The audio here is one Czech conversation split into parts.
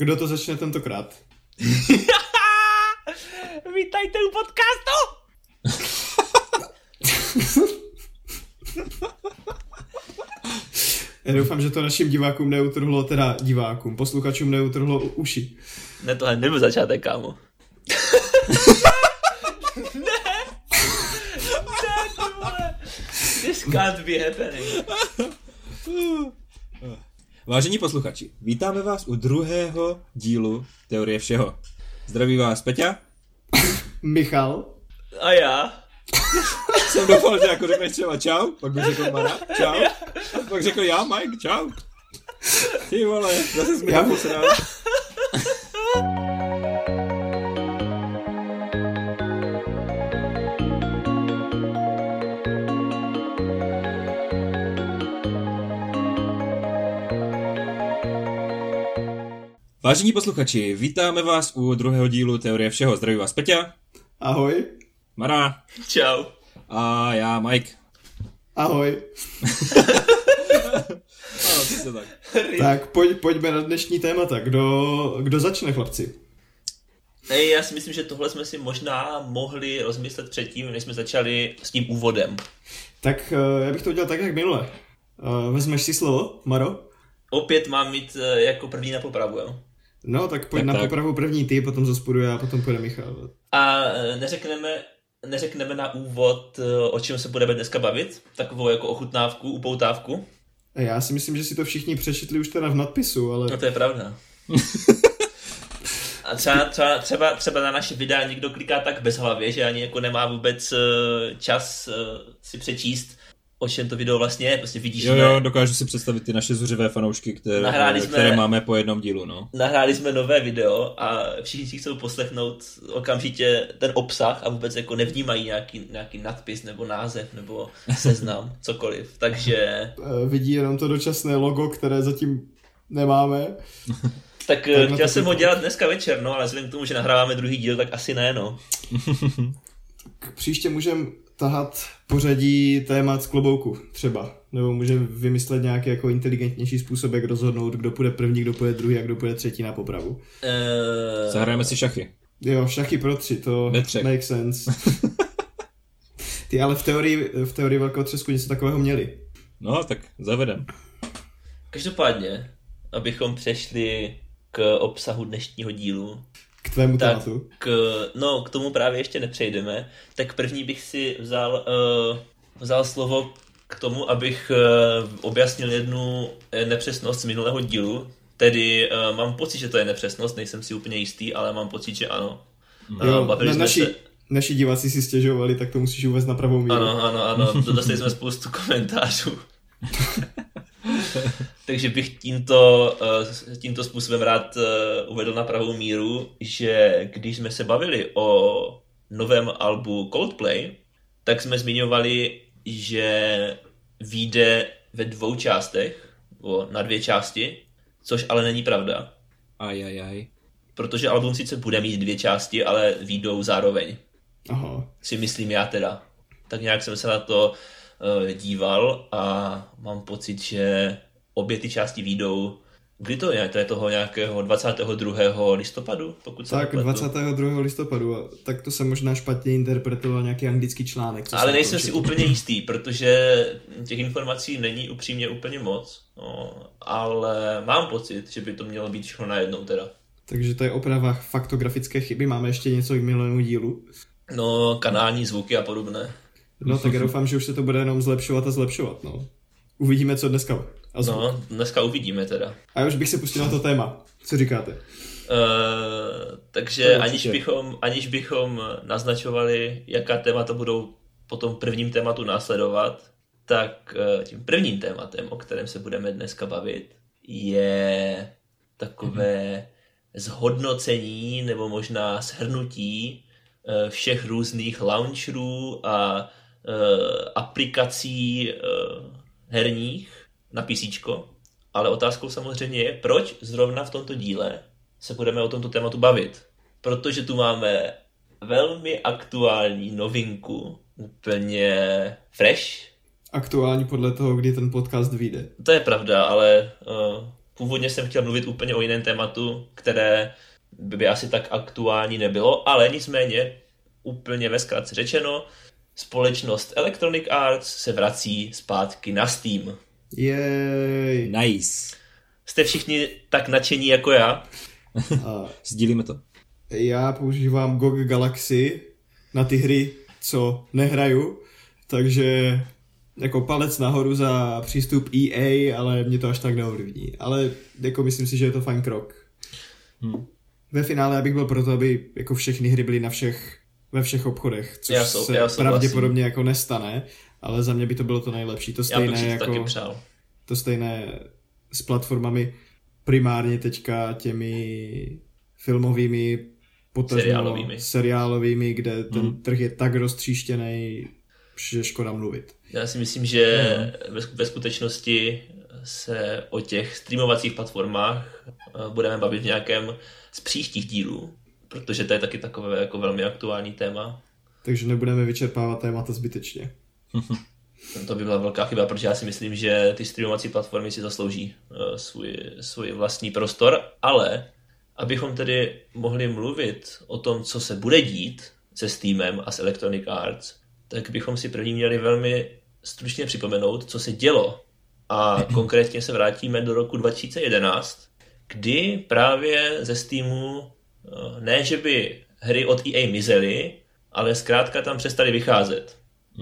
Kdo to začne tentokrát? Vítajte u podcastu! Já doufám, že to našim divákům neutrhlo, teda divákům, posluchačům neutrhlo uši. Ne, tohle nebyl začátek, kámo. Ne, ty vole. This can't be happening. Vážení posluchači, vítáme vás u druhého dílu Teorie všeho. Zdraví vás Peťa. Michal. A já. Jsem doufal, že jako řekneš třeba čau, pak bych řekl Mara, čau. A pak řekl já, Mike, čau. Ty vole, zase jsme to posrali. Vážení posluchači, vítáme vás u druhého dílu Teorie všeho. Zdraví vás Peťa. Ahoj. Mara. Čau. A já, Mike. Ahoj. Ano, to tak. Tak pojďme na dnešní témata. Kdo začne, chlapci? Já si myslím, že tohle jsme si možná mohli rozmyslet předtím, než jsme začali s tím úvodem. Tak já bych to udělal tak, jak minule. Vezmeš si slovo, Maro? Opět mám mít jako první na popravu, jo? No, tak pojď na popravu první ty, potom zase půjdu já, potom půjde Michal. A neřekneme na úvod, o čem se budeme dneska bavit? Takovou jako ochutnávku, upoutávku? Já si myslím, že si to všichni přečetli už teda v nadpisu, ale... No to je pravda. A třeba na naše videa někdo kliká tak bezhlavě, že ani jako nemá vůbec čas si přečíst, o čem to video vlastně je. Prostě vidíš, Jo, dokážu si představit ty naše zuřivé fanoušky, které máme po jednom dílu, no. Nahráli jsme nové video a všichni si chcou poslechnout okamžitě ten obsah a vůbec jako nevnímají nějaký nadpis nebo název nebo seznam, cokoliv. Takže... Vidí jenom to dočasné logo, které zatím nemáme. Tak chtěl jsem ho dělat dneska večer, no, ale vzhledem k tomu, že nahráváme druhý díl, tak asi ne, no. Příště můžeme tahat pořadí témat z klobouku třeba. Nebo můžeme vymyslet nějaký jako inteligentnější způsob, jak rozhodnout, kdo půjde první, kdo půjde druhý a kdo půjde třetí na popravu. Zahrajeme si šachy. Jo, šachy pro 3, to makes sense. Ty ale v teorii velkého třesku něco takového měli. No, tak zavedem. Každopádně, abychom přešli k obsahu dnešního dílu. K tvému tématu. K tomu právě ještě nepřejdeme. Tak první bych si vzal slovo k tomu, abych objasnil jednu nepřesnost z minulého dílu. Tedy mám pocit, že to je nepřesnost, nejsem si úplně jistý, ale mám pocit, že ano. Jo, naši diváci si stěžovali, tak to musíš uvést na pravou míru. Ano, dostali jsme spoustu komentářů. Takže bych tímto způsobem rád uvedl na pravou míru, že když jsme se bavili o novém albu Coldplay, tak jsme zmiňovali, že vyjde ve 2 částech, na 2 části, což ale není pravda. Ajajaj. Protože album sice bude mít 2 části, ale vyjdou zároveň. Aha. Si myslím já teda. Tak nějak jsem se na to díval a mám pocit, že obě ty části vyjdou. Kdy to je? To je toho nějakého 22. listopadu? Pokud se tak 22. listopadu. Tak to se možná špatně interpretoval nějaký anglický článek. Ale nejsem si úplně jistý, protože těch informací není upřímně úplně moc. No, ale mám pocit, že by to mělo být všechno najednou teda. Takže to je oprava faktografické chyby. Máme ještě něco k minulému dílu? No, kanální zvuky a podobné. No, tak já doufám, že už se to bude jenom zlepšovat, no. Uvidíme, co dneska. No, dneska uvidíme teda. A já už bych se pustil na to téma. Co říkáte? Takže aniž bychom naznačovali, jaká témata budou po tom prvním tématu následovat, tak tím prvním tématem, o kterém se budeme dneska bavit, je takové zhodnocení nebo možná shrnutí všech různých launcherů a aplikací herních na PCčko, ale otázkou samozřejmě je, proč zrovna v tomto díle se budeme o tomto tématu bavit. Protože tu máme velmi aktuální novinku, úplně fresh. Aktuální podle toho, kdy ten podcast vyjde. To je pravda, ale původně jsem chtěl mluvit úplně o jiném tématu, které by asi tak aktuální nebylo, ale nicméně úplně ve zkratce řečeno, společnost Electronic Arts se vrací zpátky na Steam. Jej. Nice. Jste všichni tak nadšení jako já? Sdílíme to. Já používám GOG Galaxy na ty hry, co nehraju, takže jako palec nahoru za přístup EA, ale mě to až tak neovlivní. Ale jako myslím si, že je to fajn krok. Ve finále já bych byl proto, aby jako všechny hry byly ve všech obchodech, což já pravděpodobně jako nestane, ale za mě by to bylo to nejlepší. To stejné, já bych si to jako, taky přál. To stejné s platformami primárně teďka těmi filmovými, potažmo seriálovými, kde ten trh je tak roztříštěný, že škoda mluvit. Já si myslím, že ve skutečnosti se o těch streamovacích platformách budeme bavit v nějakém z příštích dílů, protože to je taky takové jako velmi aktuální téma. Takže nebudeme vyčerpávat témata zbytečně. To by byla velká chyba, protože já si myslím, že ty streamovací platformy si zaslouží svůj vlastní prostor, ale abychom tedy mohli mluvit o tom, co se bude dít se Steamem a s Electronic Arts, tak bychom si první měli velmi stručně připomenout, co se dělo. A konkrétně se vrátíme do roku 2011, kdy právě ze Steamu ne, že by hry od EA mizely, ale zkrátka tam přestaly vycházet.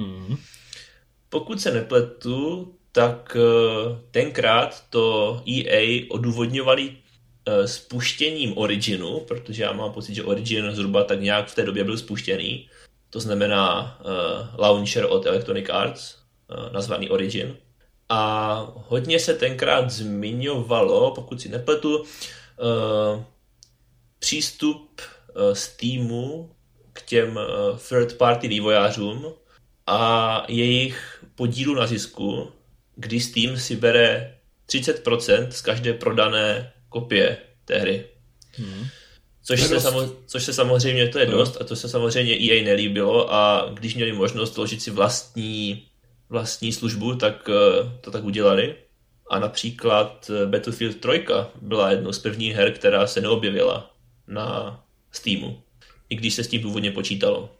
Pokud se nepletu, tak tenkrát to EA odůvodňovali spuštěním Originu, protože já mám pocit, že Origin zhruba tak nějak v té době byl spuštěný. To znamená launcher od Electronic Arts, nazvaný Origin. A hodně se tenkrát zmiňovalo, pokud si nepletu, přístup Steamu k těm third party vývojářům a jejich podílu na zisku, kdy Steam si bere 30% z každé prodané kopie té hry. Což se samozřejmě, to je dost, a to se samozřejmě EA nelíbilo, a když měli možnost vložit si vlastní službu, tak to tak udělali. A například Battlefield 3 byla jednou z prvních her, která se neobjevila na Steamu, i když se s tím původně počítalo.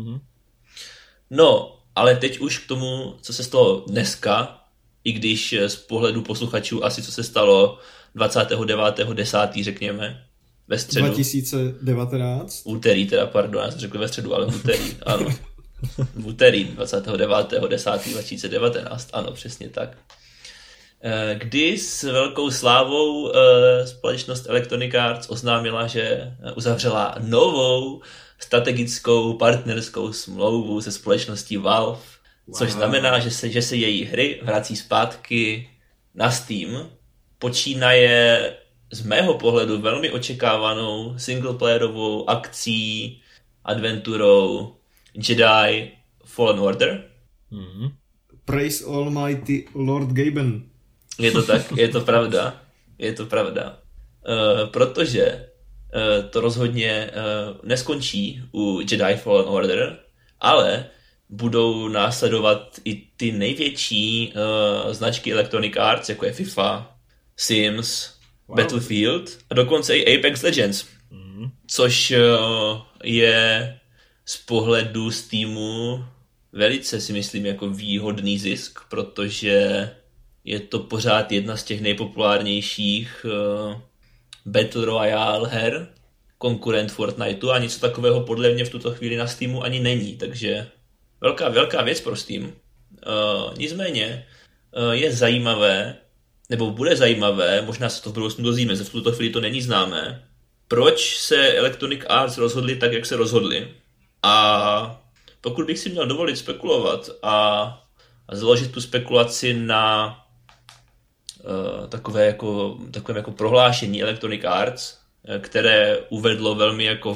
No, ale teď už k tomu, co se stalo dneska, i když z pohledu posluchačů asi co se stalo 29.10. řekněme, ve středu. 2019? Úterý teda, pardon, já jsem řekl ve středu, ale v úterý, ano. V úterý 29.10.2019, ano, přesně tak. Kdy s velkou slávou společnost Electronic Arts oznámila, že uzavřela novou strategickou partnerskou smlouvu se společností Valve, což znamená, že se její hry vrací zpátky na Steam, počínaje z mého pohledu velmi očekávanou singleplayerovou akcí, adventurou Jedi Fallen Order. Praise Almighty Lord Gaben. Je to tak, je to pravda. Protože to rozhodně neskončí u Jedi Fallen Order, ale budou následovat i ty největší značky Electronic Arts, jako je FIFA, Sims, Battlefield a dokonce i Apex Legends. Což je z pohledu Steamu velice, si myslím, jako výhodný zisk, protože je to pořád jedna z těch nejpopulárnějších Battle Royale her, konkurent Fortniteu, a něco takového podle mě v tuto chvíli na Steamu ani není, takže velká věc pro Steam. Nicméně je zajímavé, nebo bude zajímavé, možná se to v budoucnu dozvíme, že v tuto chvíli to není známé, proč se Electronic Arts rozhodli tak, jak se rozhodli. A pokud bych si měl dovolit spekulovat a založit tu spekulaci na takovém jako prohlášení Electronic Arts, které uvedlo velmi jako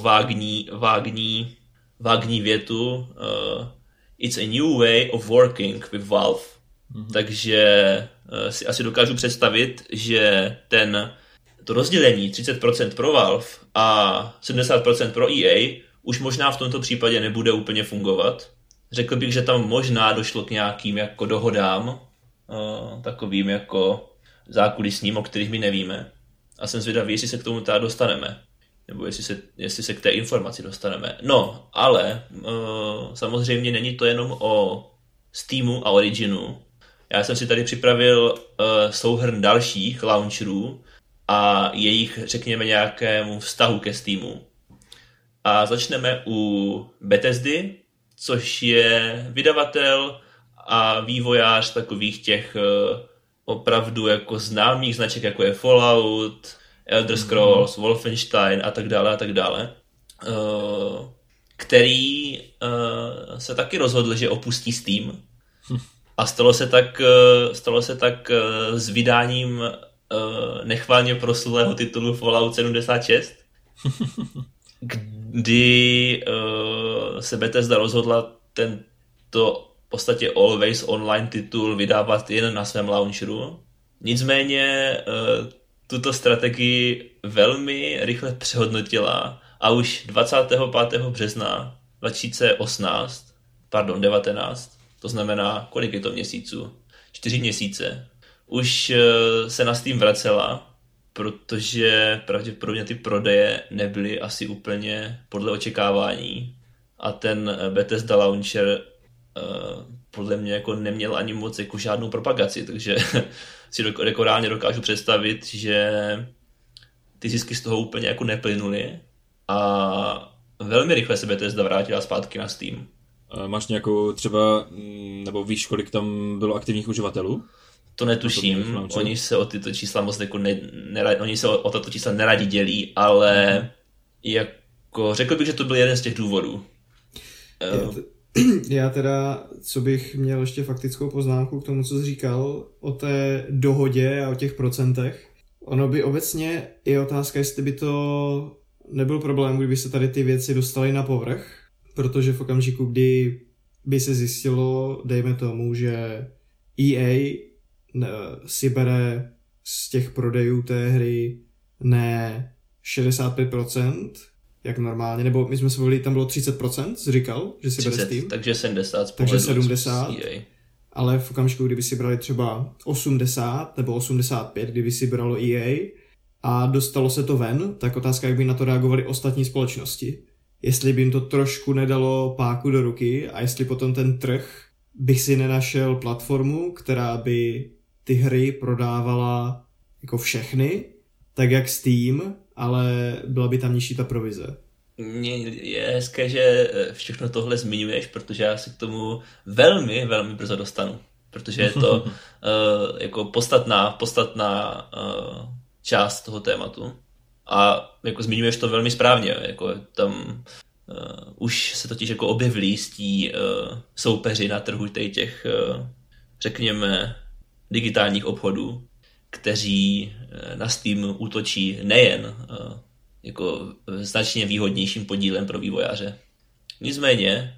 vágní větu It's a new way of working with Valve. Takže si asi dokážu představit, že to rozdělení 30% pro Valve a 70% pro EA už možná v tomto případě nebude úplně fungovat. Řekl bych, že tam možná došlo k nějakým jako dohodám, takovým jako zákulisním, o kterých my nevíme. A jsem zvědavý, jestli se k tomu teda dostaneme. Nebo jestli se k té informaci dostaneme. No, ale samozřejmě není to jenom o Steamu a Originu. Já jsem si tady připravil souhrn dalších launcherů a jejich, řekněme, nějakému vztahu ke Steamu. A začneme u Bethesdy, což je vydavatel a vývojář takových těch opravdu jako známých značek, jako je Fallout, Elder Scrolls, Wolfenstein a tak dále, který se taky rozhodl, že opustí Steam. A stalo se tak s vydáním nechválně proslulého titulu Fallout 76, kdy se Bethesda rozhodla tento v podstatě always online titul vydávat jen na svém launcheru. Nicméně tuto strategii velmi rychle přehodnotila a už 25. března 2019, to znamená, kolik je to měsíců? 4 měsíce. Už se na Steam vracela, protože pravděpodobně ty prodeje nebyly asi úplně podle očekávání a ten Bethesda Launcher podle mě jako neměl ani moc jako žádnou propagaci, takže si reálně dokážu představit, že ty zisky z toho úplně jako neplynuly a velmi rychle se Bethesda vrátila zpátky na Steam. Máš nějakou třeba, nebo víš, kolik tam bylo aktivních uživatelů? To netuším, oni se o tyto čísla moc jako oni se o tato čísla neradi dělí, ale jako řekl bych, že to byl jeden z těch důvodů. Já teda, co bych měl ještě faktickou poznámku k tomu, co jsi říkal o té dohodě a o těch procentech. Ono by obecně je otázka, jestli by to nebyl problém, kdyby se tady ty věci dostaly na povrch, protože v okamžiku, kdy by se zjistilo, dejme tomu, že EA si bere z těch prodejů té hry ne 65%, jak normálně, nebo my jsme se volili, tam bylo 30%, jsi říkal, že si 30, bere Steam. takže 70. Takže 70. Ale v okamžiku, kdyby si brali třeba 80 nebo 85, kdyby si bralo EA a dostalo se to ven, tak otázka, jak by na to reagovali ostatní společnosti. Jestli by jim to trošku nedalo páku do ruky a jestli potom ten trh bych si nenašel platformu, která by ty hry prodávala jako všechny, tak jak Steam, ale byla by tam nižší ta provize. Je hezké, že všechno tohle zmiňuješ, protože já se k tomu velmi, velmi brzo dostanu. Protože je to jako podstatná část toho tématu. A jako zmiňuješ to velmi správně. Jako tam už se totiž jako objevili jistí soupeři na trhu těch, řekněme, digitálních obchodů, kteří na Steam útočí nejen jako značně výhodnějším podílem pro vývojáře. Nicméně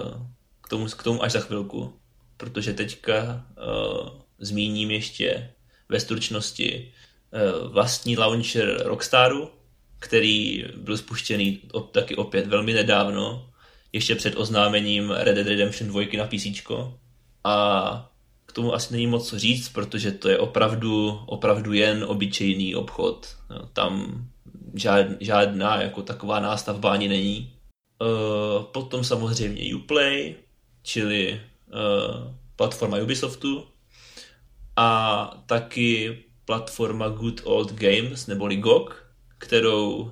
k tomu až za chvilku, protože teďka zmíním ještě ve stručnosti vlastní launcher Rockstaru, který byl spuštěný taky opět velmi nedávno, ještě před oznámením Red Dead Redemption 2 na PC. A k tomu asi není moc co říct, protože to je opravdu jen obyčejný obchod. Tam žádná jako taková nástavba ani není. Potom samozřejmě Uplay, čili platforma Ubisoftu a taky platforma Good Old Games, neboli GOG, kterou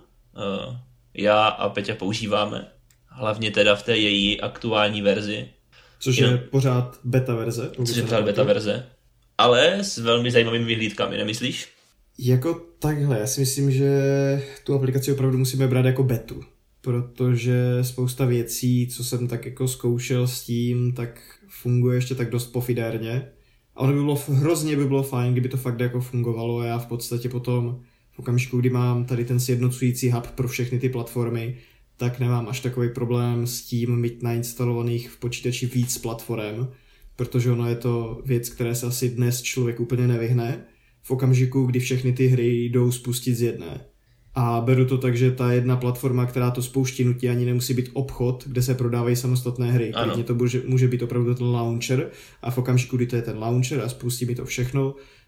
já a Peťa používáme. Hlavně teda v té její aktuální verzi. Což je pořád beta verze. Což je pořád beta verze. Ale s velmi zajímavými vyhlídkami, nemyslíš? Jako takhle, já si myslím, že tu aplikaci opravdu musíme brát jako betu. Protože spousta věcí, co jsem tak jako zkoušel s tím, tak funguje ještě tak dost pofidérně. A ono by bylo fajn, kdyby to fakt jako fungovalo a já v podstatě potom v okamžiku, kdy mám tady ten sjednocující hub pro všechny ty platformy, tak nemám až takový problém s tím mít nainstalovaných v počítači víc platform, protože ono je to věc, které se asi dnes člověk úplně nevyhne v okamžiku, kdy všechny ty hry jdou spustit z jedné. A beru to tak, že ta jedna platforma, která to spouští, nutí ani nemusí být obchod, kde se prodávají samostatné hry. Klidně to může být opravdu ten launcher a v okamžiku, kdy to je ten launcher a spustí mi to všechno,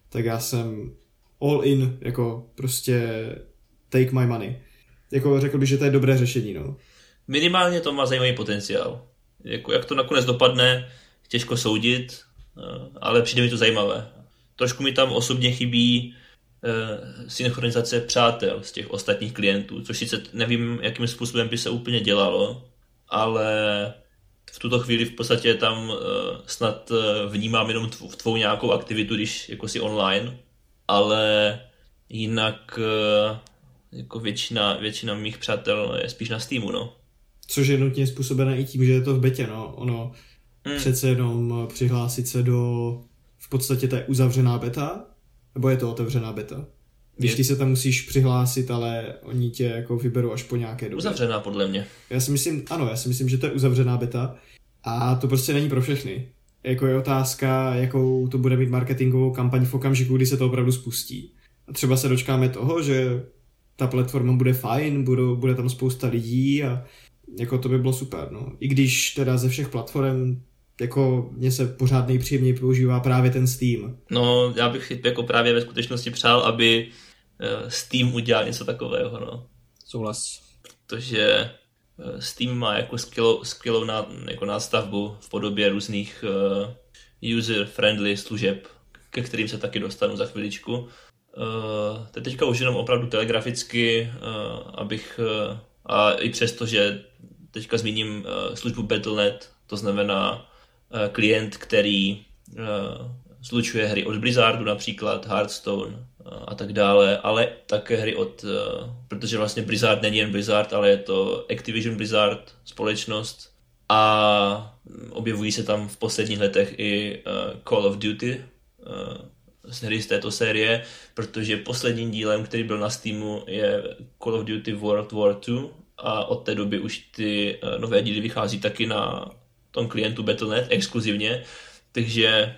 tak já jsem all in, jako prostě take my money. Jako řekl bych, že to je dobré řešení, no. Minimálně to má zajímavý potenciál. Jako, jak to nakonec dopadne, těžko soudit, ale přijde mi to zajímavé. Trošku mi tam osobně chybí synchronizace přátel z těch ostatních klientů, což sice nevím, jakým způsobem by se úplně dělalo, ale v tuto chvíli v podstatě tam snad vnímám jenom tvou nějakou aktivitu, když jako si online, ale jinak jako většina mých přátel je spíš na Steamu, no. Což je nutně způsobené i tím, že je to v betě, no. Ono přece jenom přihlásit se do v podstatě to je uzavřená beta, nebo je to otevřená beta? Když ty se tam musíš přihlásit, ale oni tě jako vyberou až po nějaké době. Uzavřená podle mě. Já si myslím, že to je uzavřená beta a to prostě není pro všechny. Jako je otázka, jakou to bude mít marketingovou kampaň v okamžiku, kdy se to opravdu spustí. A třeba se dočkáme toho, že ta platforma bude fajn, bude tam spousta lidí a jako to by bylo super, no. I když teda ze všech platform jako mně se pořád nejpříjemněji používá právě ten Steam. No, já bych jako právě ve skutečnosti přál, aby Steam udělal něco takového, no. Souhlas. Protože Steam má jako skvělou jako nástavbu v podobě různých user-friendly služeb, ke kterým se taky dostanu za chviličku. Teďka už jenom opravdu telegraficky, a i přesto, že teďka zmíním službu Battle.net, to znamená klient, který slučuje hry od Blizzardu, například Hearthstone a tak dále, ale také hry protože vlastně Blizzard není jen Blizzard, ale je to Activision Blizzard společnost a objevují se tam v posledních letech i Call of Duty z hry z této série, protože posledním dílem, který byl na Steamu, je Call of Duty World War II a od té doby už ty nové díly vychází taky na tom klientu Battle.net exkluzivně, takže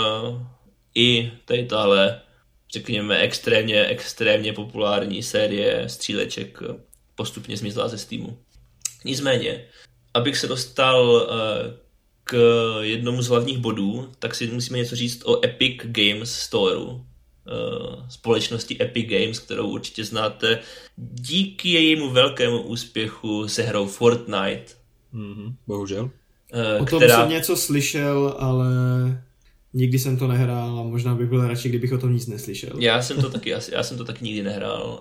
i tady tahle, řekněme, extrémně populární série stříleček postupně zmizela ze Steamu. Nicméně, abych se dostal k jednomu z hlavních bodů, tak si musíme něco říct o Epic Games Storeu, společnosti Epic Games, kterou určitě znáte díky jejímu velkému úspěchu se hrou Fortnite. Bohužel. O tom jsem něco slyšel, ale nikdy jsem to nehrál a možná bych byl radši, kdybych o tom nic neslyšel. Já jsem to taky nikdy nehrál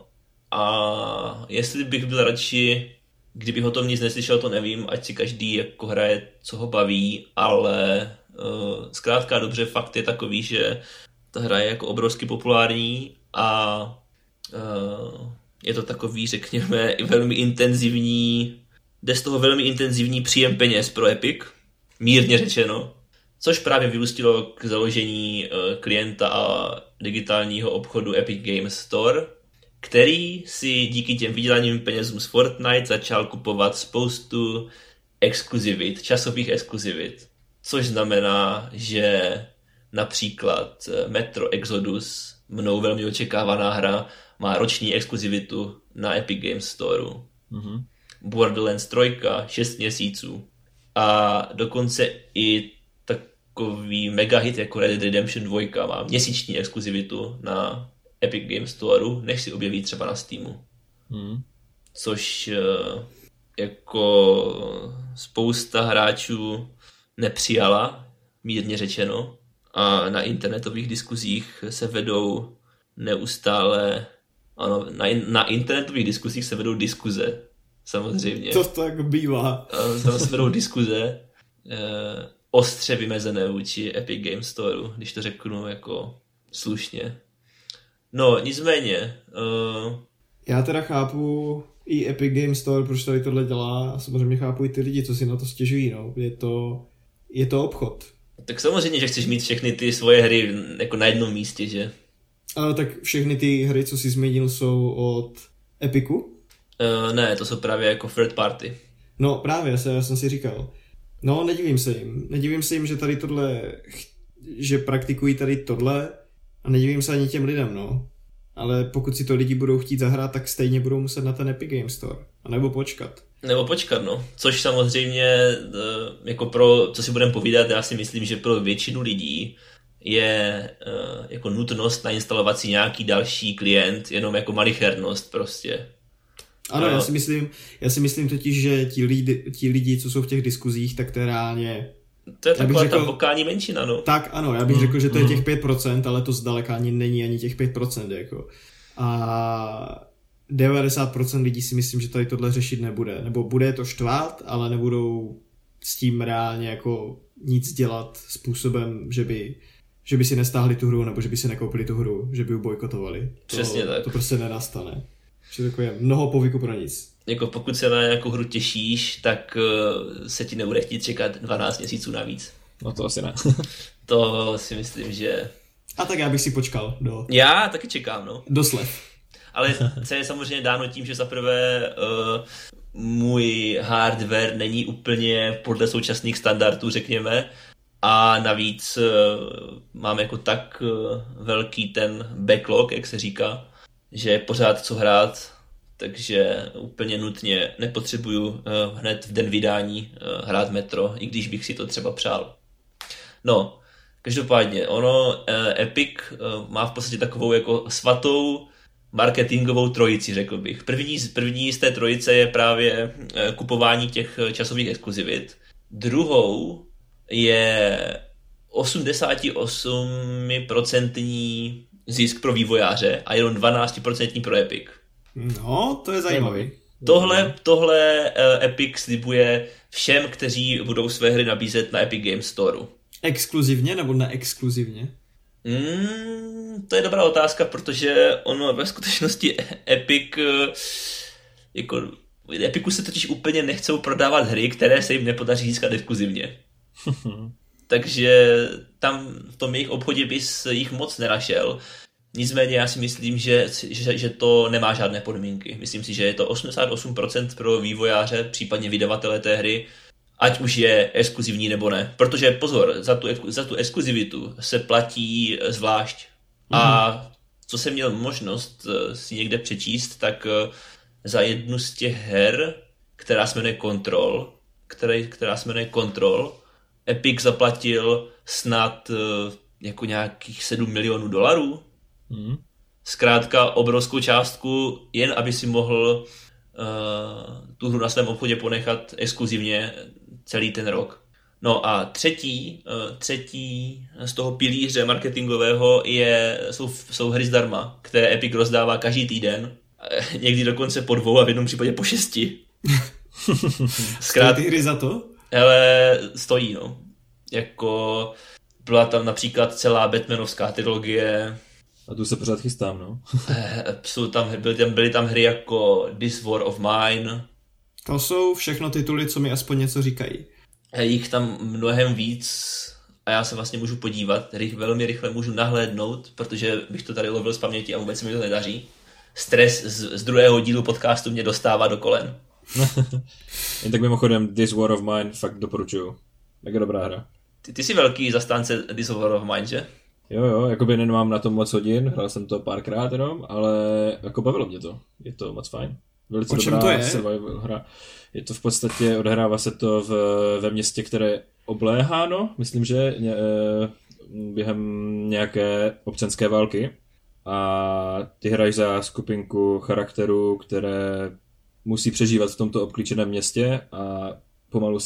a jestli bych byl radši, kdybych o tom nic neslyšel, to nevím, ať si každý jako hraje, co ho baví, ale zkrátka dobře, fakt je takový, že ta hra je jako obrovsky populární a je to takový, řekněme, i velmi intenzivní, jde z toho velmi intenzivní příjem peněz pro Epic, mírně řečeno, což právě vyústilo k založení klienta a digitálního obchodu Epic Games Store, který si díky těm vydělaným penězům z Fortnite začal kupovat spoustu exkluzivit, časových exkluzivit, což znamená, že například Metro Exodus, mnou velmi očekávaná hra, má roční exkluzivitu na Epic Games Storeu. Borderlands 3, 6 měsíců. A dokonce i takový megahit jako Red Dead Redemption 2 má měsíční exkluzivitu na Epic Games Storeu, než si objeví třeba na Steamu. Což jako spousta hráčů nepřijala, mírně řečeno. A na internetových diskuzích se vedou neustále, ano, na internetových diskusích se vedou diskuze, samozřejmě. To tak bývá. Tam se vedou diskuze ostře vymezené vůči Epic Games Storeu, když to řeknu jako slušně. No, nicméně. Já teda chápu i Epic Games Store, proč tady tohle dělá a samozřejmě chápu i ty lidi, co si na to stěžují, no. Je to obchod. Tak samozřejmě, že chceš mít všechny ty svoje hry jako na jednom místě, že? Ale tak všechny ty hry, co jsi zmínil, jsou od Epiku? Ne, to jsou právě jako third party. No právě, já jsem si říkal. No, nedivím se jim, že tady tohle, že praktikují tady tohle a nedivím se ani těm lidem, no. Ale pokud si to lidi budou chtít zahrát, tak stejně budou muset na ten Epic Games Store. A nebo počkat. No. Což samozřejmě, jako pro, co si budeme povídat, já si myslím, že pro většinu lidí je jako nutnost nainstalovat si nějaký další klient, jenom jako malichernost prostě. Ano, já si myslím totiž, že ti lidi, co jsou v těch diskuzích, tak to je reálně... To je taková ta vokální menšina, no. Tak ano, já bych řekl, že to je těch 5%, ale to zdaleka ani není ani těch 5%, jako. A 90% lidí si myslím, že tady tohle řešit nebude. Nebo bude to štvát, ale nebudou s tím reálně jako nic dělat způsobem, že by si nestáhli tu hru, nebo že by si nekoupili tu hru, že by ji bojkotovali. Přesně tak. To prostě nenastane. Že to je mnoho povyku pro nic. Jako pokud se na nějakou hru těšíš, tak se ti nebude chtít čekat 12 měsíců navíc. No to asi ne. To si myslím, že... A tak já bych si počkal. Já taky čekám, no. Do slev. Ale co je samozřejmě dáno tím, že zaprvé můj hardware není úplně podle současných standardů, řekněme, a navíc mám jako tak velký ten backlog, jak se říká, že je pořád co hrát, takže úplně nutně nepotřebuju hned v den vydání hrát Metro, i když bych si to třeba přál. No, každopádně, Epic má v podstatě takovou jako svatou marketingovou trojici, řekl bych. První z té trojice je právě kupování těch časových exkluzivit. Druhou je 88% zisk pro vývojáře a jenom 12% pro Epic. No, to je zajímavý. Tohle Epic slibuje všem, kteří budou své hry nabízet na Epic Games Store. Exkluzivně nebo neexkluzivně? To je dobrá otázka, protože ono ve skutečnosti Epicu se totiž úplně nechcou prodávat hry, které se jim nepodaří získat exkluzivně. Takže tam v tom jejich obchodě bys jich moc nenašel. Nicméně já si myslím, že to nemá žádné podmínky. Myslím si, že je to 88% pro vývojáře, případně vydavatele té hry, ať už je exkluzivní nebo ne. Protože pozor, za tu exkluzivitu se platí zvlášť. A co jsem měl možnost si někde přečíst, tak za jednu z těch her, která se jmenuje Control, Epic zaplatil snad jako nějakých $7 milionů. Zkrátka obrovskou částku, jen aby si mohl tu hru na svém obchodě ponechat exkluzivně celý ten rok. No a třetí z toho pilíře marketingového jsou hry zdarma, které Epic rozdává každý týden, někdy dokonce po 2 a v jednom případě po 6. Stojí ty hry za to? Hele, stojí, no. Jako byla tam například celá Batmanovská trilogie. A tu se pořád chystám, no. Byly tam hry jako This War of Mine. To jsou všechno tituly, co mi aspoň něco říkají. Jich tam mnohem víc a já se vlastně můžu podívat, velmi rychle můžu nahlédnout, protože bych to tady lovil z paměti a vůbec mi to nedaří. Stres z druhého dílu podcastu mě dostává do kolen. Jen tak mimochodem This War of Mine fakt doporučuju. Mega dobrá hra. Ty jsi velký zastánce This War of Mine, že? Jo, jakoby nemám na tom moc hodin, hrál jsem to párkrát jenom, ale jako bavilo mě to. Je to moc fajn. Velice dobrá survival hra. Je to v podstatě, odehrává se to ve městě, které je obléháno, myslím, že během nějaké občanské války. A ty hrají za skupinku charakterů, které musí přežívat v tomto obklíčeném městě a pomalu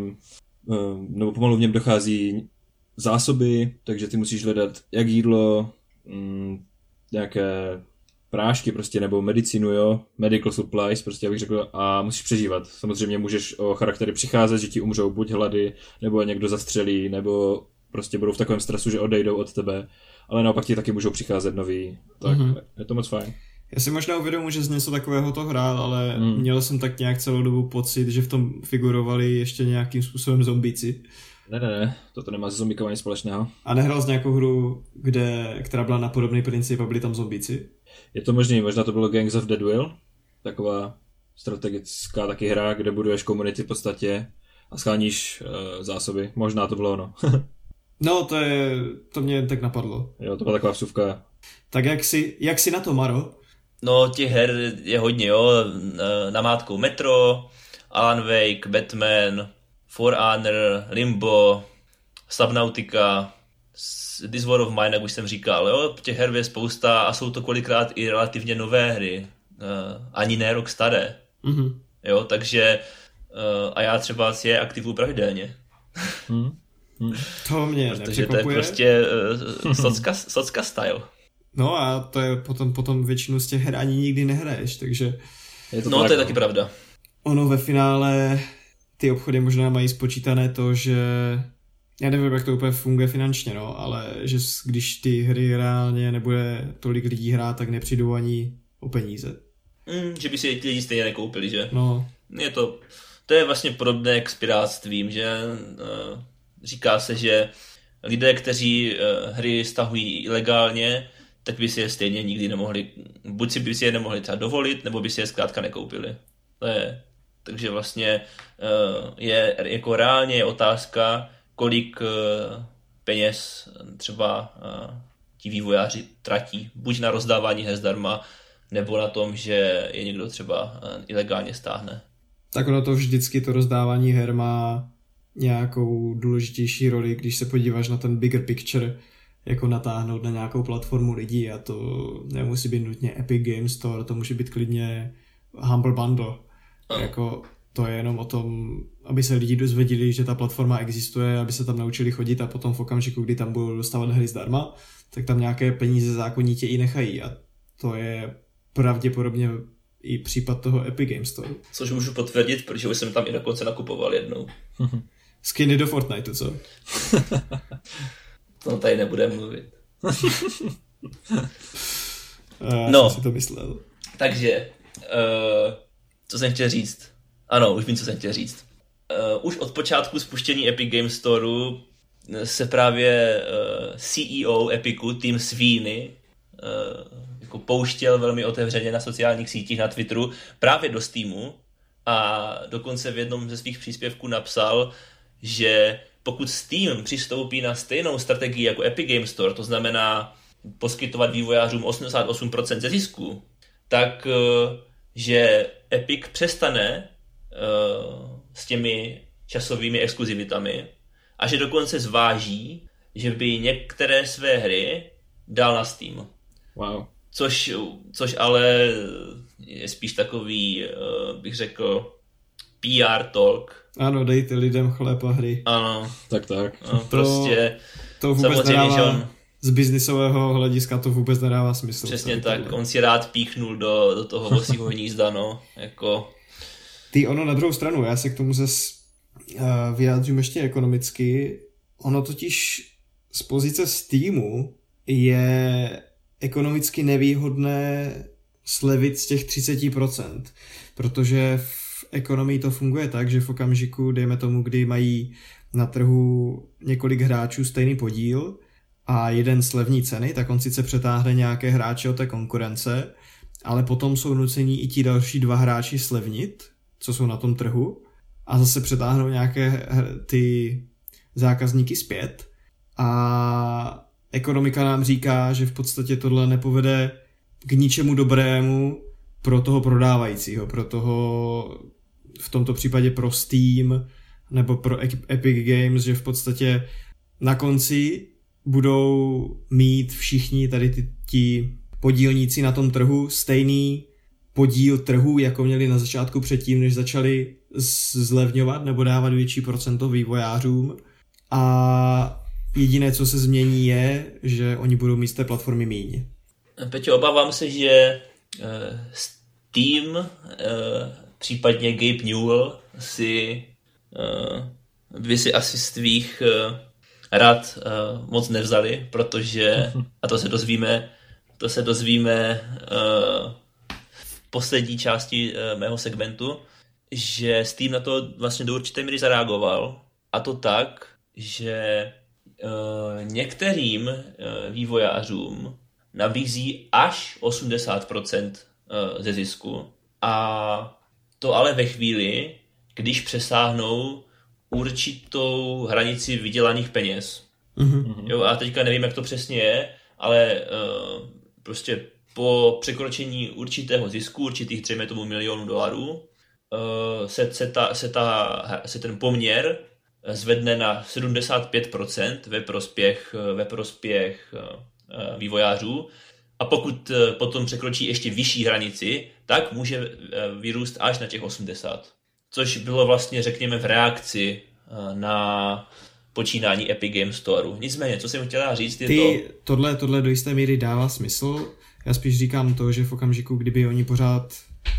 v něm dochází zásoby, takže ty musíš hledat jak jídlo, nějaké prášky prostě, nebo medicínu, jo, medical supplies, prostě abych řekl, a musíš přežívat. Samozřejmě můžeš o charaktery přicházet, že ti umřou buď hlady, nebo někdo zastřelí, nebo prostě budou v takovém stresu, že odejdou od tebe, ale naopak ti taky můžou přicházet noví, tak je to moc fajn. Já si možná uvědomuji, že z něco takového to hrál, ale měl jsem tak nějak celou dobu pocit, že v tom figurovali ještě nějakým způsobem zombíci. Ne, toto nemá se zombíkama nic společného. A nehrál jsi nějakou hru, která byla na podobný princip a byli tam zombíci? Je to možný, možná to bylo Gangs of Deadwill, taková strategická taky hra, kde buduješ komunity v podstatě a sháníš zásoby. Možná to bylo ono. No, to mě tak napadlo. Jo, to byla taková vsuvka. Tak jak jsi na to, Maro? No, těch her je hodně, jo. Namátkou Metro, Alan Wake, Batman, For Honor, Limbo, Subnautica, This War of Mine, jak už jsem říkal, jo, těch her je spousta a jsou to kolikrát i relativně nové hry, ani ne rok staré, jo, takže a já třeba si je aktivuju pravidelně. To mě protože to je prostě socka style. No a to je potom většinu z těch her ani nikdy nehraješ, takže... To je taky pravda. Ono ve finále ty obchody možná mají spočítané to, že... Já nevím, jak to úplně funguje finančně, no, ale že když ty hry reálně nebude tolik lidí hrát, tak nepřijdou ani o peníze. Že by si ti lidi stejně nekoupili, že? No. To je vlastně podobné k spiráctvím, že říká se, že lidé, kteří hry stahují ilegálně, tak by si je stejně nikdy nemohli, buď si by si je nemohli třeba dovolit, nebo by si je zkrátka nekoupili. Takže vlastně je jako reálně je otázka, kolik peněz třeba ti vývojáři tratí, buď na rozdávání her zdarma, nebo na tom, že je někdo třeba ilegálně stáhne. Tak ono to vždycky, to rozdávání her má nějakou důležitější roli, když se podíváš na ten bigger picture, jako natáhnout na nějakou platformu lidí, a to nemusí být nutně Epic Games Store, to může být klidně Humble Bundle. Jako to je jenom o tom, aby se lidi dozvěděli, že ta platforma existuje, aby se tam naučili chodit a potom v okamžiku, kdy tam budou dostávat hry zdarma, tak tam nějaké peníze zákonitě i nechají, a to je pravděpodobně i případ toho Epic Games Store. Což můžu potvrdit, protože už jsem tam i dokonce nakupoval jednou. Skiny do Fortniteu, co? To tady nebudeme mluvit. Jsem si to myslel. Takže, co jsem chtěl říct? Ano, už vím, co jsem chtěl říct. Už od počátku spuštění Epic Games Storeu se právě CEO Epicu, Tim Sweeney, jako pouštěl velmi otevřeně na sociálních sítích, na Twitteru, právě do Steamu, a dokonce v jednom ze svých příspěvků napsal, že pokud Steam přistoupí na stejnou strategii jako Epic Games Store, to znamená poskytovat vývojářům 88% ze zisku, tak že Epic přestane s těmi časovými exkluzivitami a že dokonce zváží, že by některé své hry dal na Steam. Wow. Což ale je spíš takový, bych řekl, PR talk. Ano, dejte lidem chléb a hry. Ano. Tak. No, prostě to vůbec nedává, z biznisového hlediska to vůbec nedává smysl. Přesně tak, tohle. On si rád píchnul do toho vosího hnízda, no, jako... Ono na druhou stranu, já se k tomu vyjádřím ještě ekonomicky, ono totiž z pozice Steamu je ekonomicky nevýhodné slevit z těch 30%, protože v ekonomii to funguje tak, že v okamžiku, dejme tomu, kdy mají na trhu několik hráčů stejný podíl a jeden slevní ceny, tak on sice přetáhne nějaké hráče od té konkurence, ale potom jsou nuceni i ti další dva hráči slevnit, co jsou na tom trhu, a zase přetáhnou nějaké ty zákazníky zpět, a ekonomika nám říká, že v podstatě tohle nepovede k ničemu dobrému pro toho prodávajícího, pro toho, v tomto případě pro Steam nebo pro Epic Games, že v podstatě na konci budou mít všichni tady ti podílníci na tom trhu stejný podíl trhu, jako měli na začátku předtím, než začali zlevňovat nebo dávat větší procento vývojářům, a jediné, co se změní, je, že oni budou mít z té platformy míň. Peťo, obávám se, že Steam, případně Gabe Newell by si asi z tvých rad moc nevzali, protože, a to se dozvíme v poslední části mého segmentu, že Steam na to vlastně do určité míry zareagoval, a to tak, že některým vývojářům nabízí až 80% ze zisku, a to ale ve chvíli, když přesáhnou určitou hranici vydělaných peněz. Mm-hmm. Jo, a teďka nevím, jak to přesně je, ale prostě po překročení určitého zisku, určitých $3 milionů, se ten poměr zvedne na 75% ve prospěch vývojářů. A pokud potom překročí ještě vyšší hranici, tak může vyrůst až na těch 80%. Což bylo vlastně, řekněme, v reakci na počínání Epic Games Store. Nicméně, co jsem chtěla říct, je Tohle do jisté míry dává smysl. Já spíš říkám to, že v okamžiku, kdyby oni pořád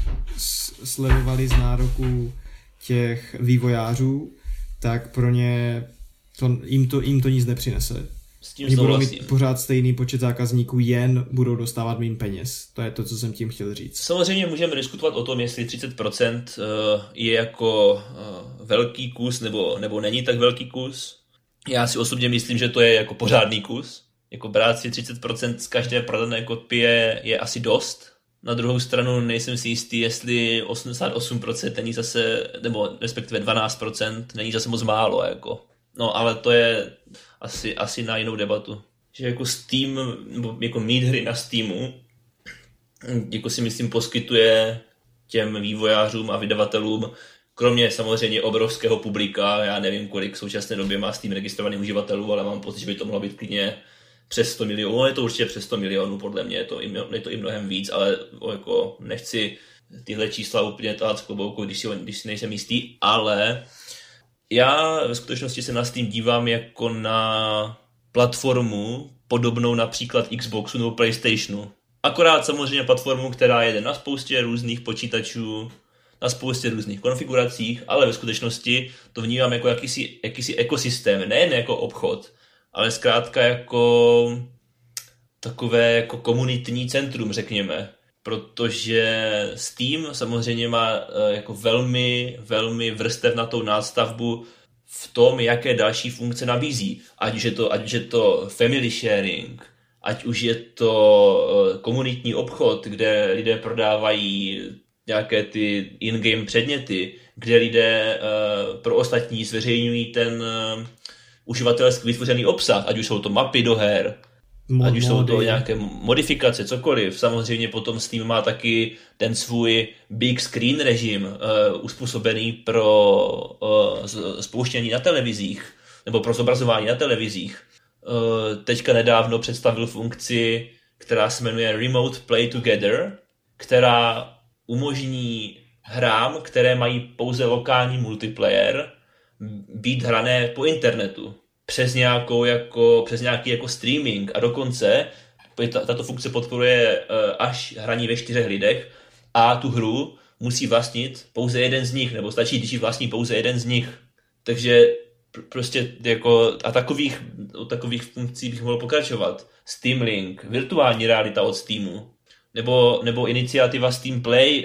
slevovali z nároků těch vývojářů, tak pro ně jim to nic nepřinese. Oni budou mít pořád stejný počet zákazníků, jen budou dostávat méně peněz. To je to, co jsem tím chtěl říct. Samozřejmě můžeme diskutovat o tom, jestli 30% je jako velký kus nebo není tak velký kus. Já si osobně myslím, že to je jako pořádný kus. Jako brát si 30% z každé prodané kopie je asi dost. Na druhou stranu nejsem si jistý, jestli 88% není zase, nebo respektive 12% není zase moc málo. Jako. No, ale to je asi na jinou debatu. Že jako Steam, nebo jako mít hry na Steamu, jako si myslím poskytuje těm vývojářům a vydavatelům, kromě samozřejmě obrovského publika, já nevím, kolik v současné době má Steam registrovaných uživatelů, ale mám pocit, že by to mohlo být klidně přes 100 milionů. Je to určitě přes 100 milionů, podle mě je to i mnohem víc, ale jako nechci tyhle čísla úplně tahat z klobouku, když si nejsem jistý, ale já ve skutečnosti se na Steam dívám jako na platformu podobnou například Xboxu nebo PlayStationu. Akorát samozřejmě platformu, která jede na spoustě různých počítačů, na spoustě různých konfiguracích, ale ve skutečnosti to vnímám jako jakýsi ekosystém, nejen jako obchod, ale zkrátka jako takové jako komunitní centrum, řekněme. Protože Steam samozřejmě má jako velmi, velmi vrstevnatou nástavbu v tom, jaké další funkce nabízí. Ať už je to family sharing, ať už je to komunitní obchod, kde lidé prodávají nějaké ty in-game předměty, kde lidé pro ostatní zveřejňují ten uživatelsky vytvořený obsah, ať už jsou to mapy do her, ať už jsou to nějaké modifikace, cokoliv. Samozřejmě potom Steam má taky ten svůj big screen režim uspůsobený pro spouštění na televizích, nebo pro zobrazování na televizích. Teďka nedávno představil funkci, která se jmenuje Remote Play Together, která umožní hrám, které mají pouze lokální multiplayer, být hrané po internetu. Přes nějaký jako streaming a dokonce tato funkce podporuje až hraní ve 4 lidech a tu hru musí vlastnit pouze jeden z nich, nebo stačí, když ji vlastní pouze jeden z nich. Takže prostě jako o takových funkcí bych mohl pokračovat. Steam Link, virtuální realita od Steamu, nebo iniciativa Steam Play,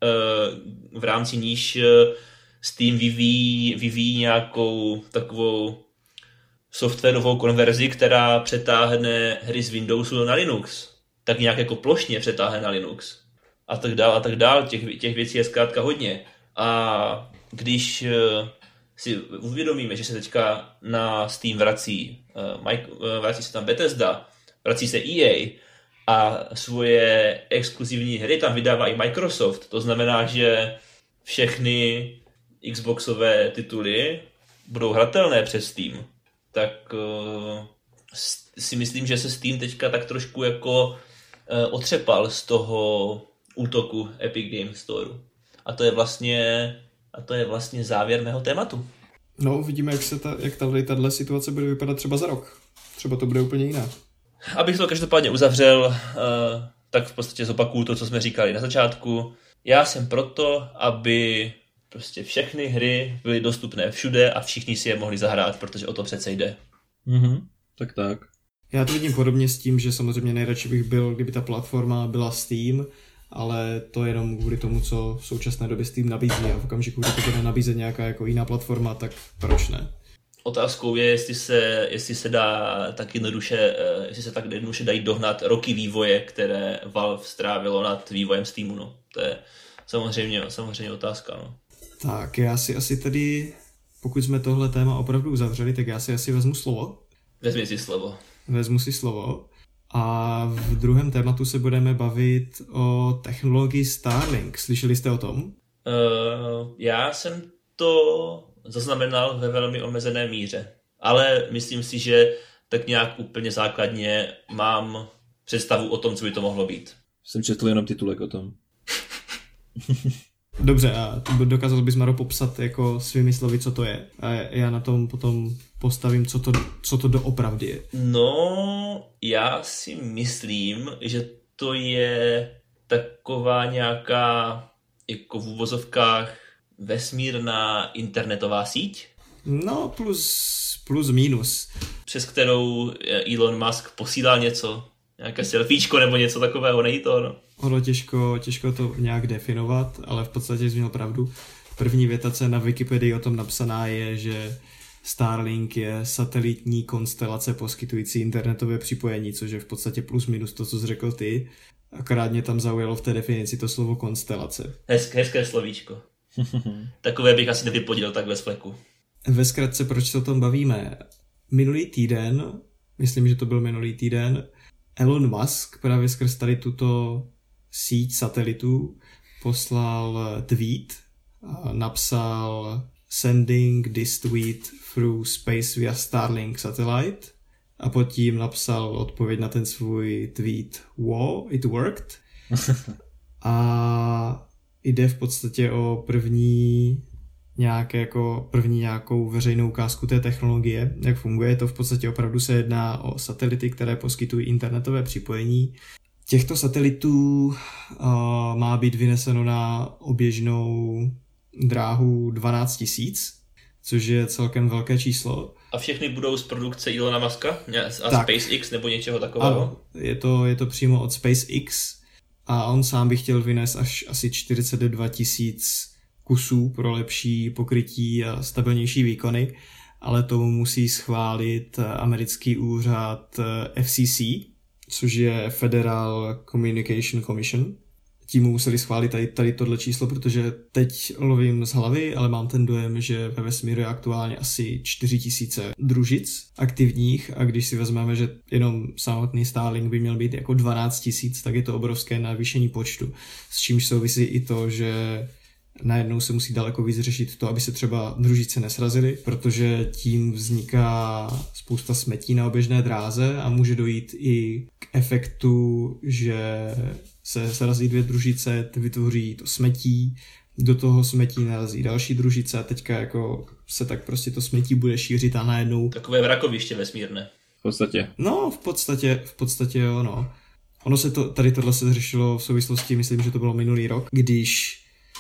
v rámci níž Steam vyvíjí nějakou takovou softwarovou konverzi, která přetáhne hry z Windowsu na Linux. Tak nějak jako plošně přetáhne na Linux. A tak dál. Těch věcí je zkrátka hodně. A když si uvědomíme, že se teďka na Steam vrací se tam Bethesda, vrací se EA a svoje exkluzivní hry tam vydává i Microsoft. To znamená, že všechny Xboxové tituly budou hratelné přes Steam. Tak si myslím, že se Steam teďka tak trošku jako otřepal z toho útoku Epic Games Store. A to je vlastně závěr mého tématu. No, uvidíme, jak tato situace bude vypadat třeba za rok. Třeba to bude úplně jiná. Abych to každopádně uzavřel, tak v podstatě zopakuju to, co jsme říkali na začátku. Já jsem proto, aby prostě všechny hry byly dostupné všude a všichni si je mohli zahrát, protože o to přece jde. Tak. Já to vidím podobně s tím, že samozřejmě nejradši bych byl, kdyby ta platforma byla Steam, ale to jenom kvůli tomu, co v současné době Steam nabízí, a v okamžiku, kdy to bude nabízet nějaká jako jiná platforma, tak proč ne? Otázkou je, jestli se tak jednoduše dají dohnat roky vývoje, které Valve strávilo nad vývojem Steamu. No. To je samozřejmě otázka. No. Tak, já si asi tedy, pokud jsme tohle téma opravdu uzavřeli, tak já si asi vezmu slovo. Vezmu si slovo. A v druhém tématu se budeme bavit o technologii Starlink. Slyšeli jste o tom? Já jsem to zaznamenal ve velmi omezené míře. Ale myslím si, že tak nějak úplně základně mám představu o tom, co by to mohlo být. Jsem četl jenom titulek o tom. Dobře, a dokázal bys, Maro, popsat jako svými slovy, co to je? A já na tom potom postavím, co to doopravdy je. No, já si myslím, že to je taková nějaká, jako v uvozovkách, vesmírná internetová síť. No, plus minus. Přes kterou Elon Musk posílá něco, nějaké selfiečko nebo něco takového, není to, no? Ono těžko to nějak definovat, ale v podstatě jsi měl pravdu. První věta, co je na Wikipedii o tom napsaná, je, že Starlink je satelitní konstelace poskytující internetové připojení, což je v podstatě plus minus to, co jsi řekl ty. Akorát mě tam zaujalo v té definici to slovo konstelace. Hezké slovíčko. Takové bych asi nevypodil takhle z fleku. Ve zkratce, proč se o tom bavíme? Minulý týden, Elon Musk právě skrz tady tuto síť satelitů poslal tweet a napsal sending this tweet through space via Starlink satellite a pod tím napsal odpověď na ten svůj tweet wow, it worked. A jde v podstatě o první nějakou veřejnou ukázku té technologie, jak funguje. To v podstatě opravdu se jedná o satelity, které poskytují internetové připojení. Těchto satelitů má být vyneseno na oběžnou dráhu 12 000, což je celkem velké číslo. A všechny budou z produkce Elona Muska? A tak. SpaceX nebo něčeho takového? Ano, je to přímo od SpaceX a on sám by chtěl vynést až asi 42 000 kusů pro lepší pokrytí a stabilnější výkony, ale tomu musí schválit americký úřad FCC, což je Federal Communication Commission. Tím museli schválit tady tohle číslo, protože teď lovím z hlavy, ale mám ten dojem, že ve vesmíru je aktuálně asi 4 000 družic aktivních a když si vezmeme, že jenom samotný Starlink by měl být jako 12 000, tak je to obrovské navýšení počtu. S čímž souvisí i to, že najednou se musí daleko víc řešit to, aby se třeba družice nesrazily, protože tím vzniká spousta smetí na oběžné dráze a může dojít i k efektu, že se srazí dvě družice, vytvoří to smetí, do toho smetí narazí další družice a teďka jako se tak prostě to smetí bude šířit a najednou... Takové vrakoviště vesmírné. V podstatě. No, v podstatě jo, no. Ono se tohle se řešilo v souvislosti, myslím, že to bylo minulý rok, když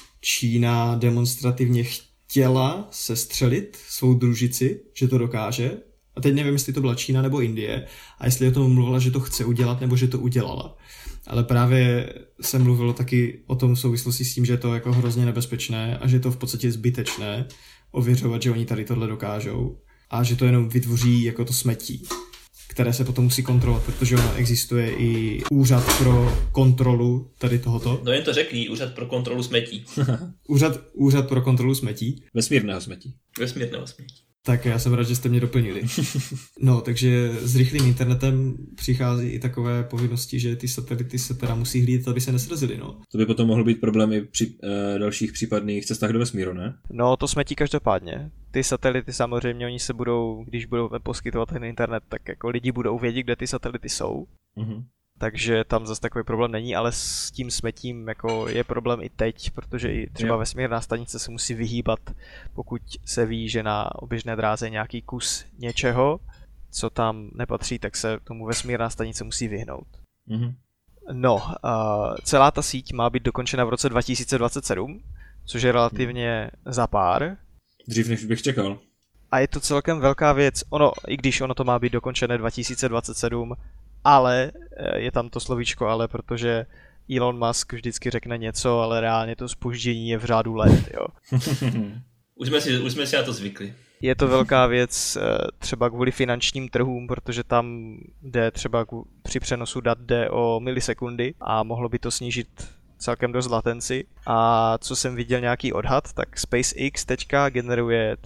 Čína demonstrativně chtěla sestřelit svou družici, že to dokáže. A teď nevím, jestli to byla Čína nebo Indie a jestli o tom mluvila, že to chce udělat nebo že to udělala. Ale právě se mluvilo taky o tom v souvislosti s tím, že je to jako hrozně nebezpečné a že je to v podstatě zbytečné ověřovat, že oni tady tohle dokážou a že to jenom vytvoří jako to smetí, které se potom musí kontrolovat, protože ono existuje i úřad pro kontrolu tady tohoto. No jen to řekni, úřad pro kontrolu smetí. úřad pro kontrolu smetí. Vesmírného smetí. Tak já jsem rád, že jste mě doplnili. No, takže s rychlým internetem přichází i takové povinnosti, že ty satelity se teda musí hlídat, aby se nesrazily, no. To by potom mohl být problém i při dalších případných cestách do vesmíru, ne? No, to smetí každopádně. Ty satelity samozřejmě, oni se budou, když budou poskytovat ten internet, tak jako lidi budou vědět, kde ty satelity jsou. Mhm. Takže tam zase takový problém není, ale s tím smetím jako je problém i teď, protože i třeba vesmírná stanice se musí vyhýbat, pokud se ví, že na oběžné dráze je nějaký kus něčeho, co tam nepatří, tak se tomu vesmírná stanice musí vyhnout. Mhm. No, celá ta síť má být dokončena v roce 2027, což je relativně za pár. Dřív než bych čekal. A je to celkem velká věc, i když ono to má být dokončené 2027, ale je tam to slovíčko ale, protože Elon Musk vždycky řekne něco, ale reálně to zpoždění je v řádu let, jo. Už jsme si na to zvykli. Je to velká věc třeba kvůli finančním trhům, protože tam jde třeba při přenosu dat jde o milisekundy a mohlo by to snížit celkem dost latenci. A co jsem viděl nějaký odhad, tak SpaceX teďka generuje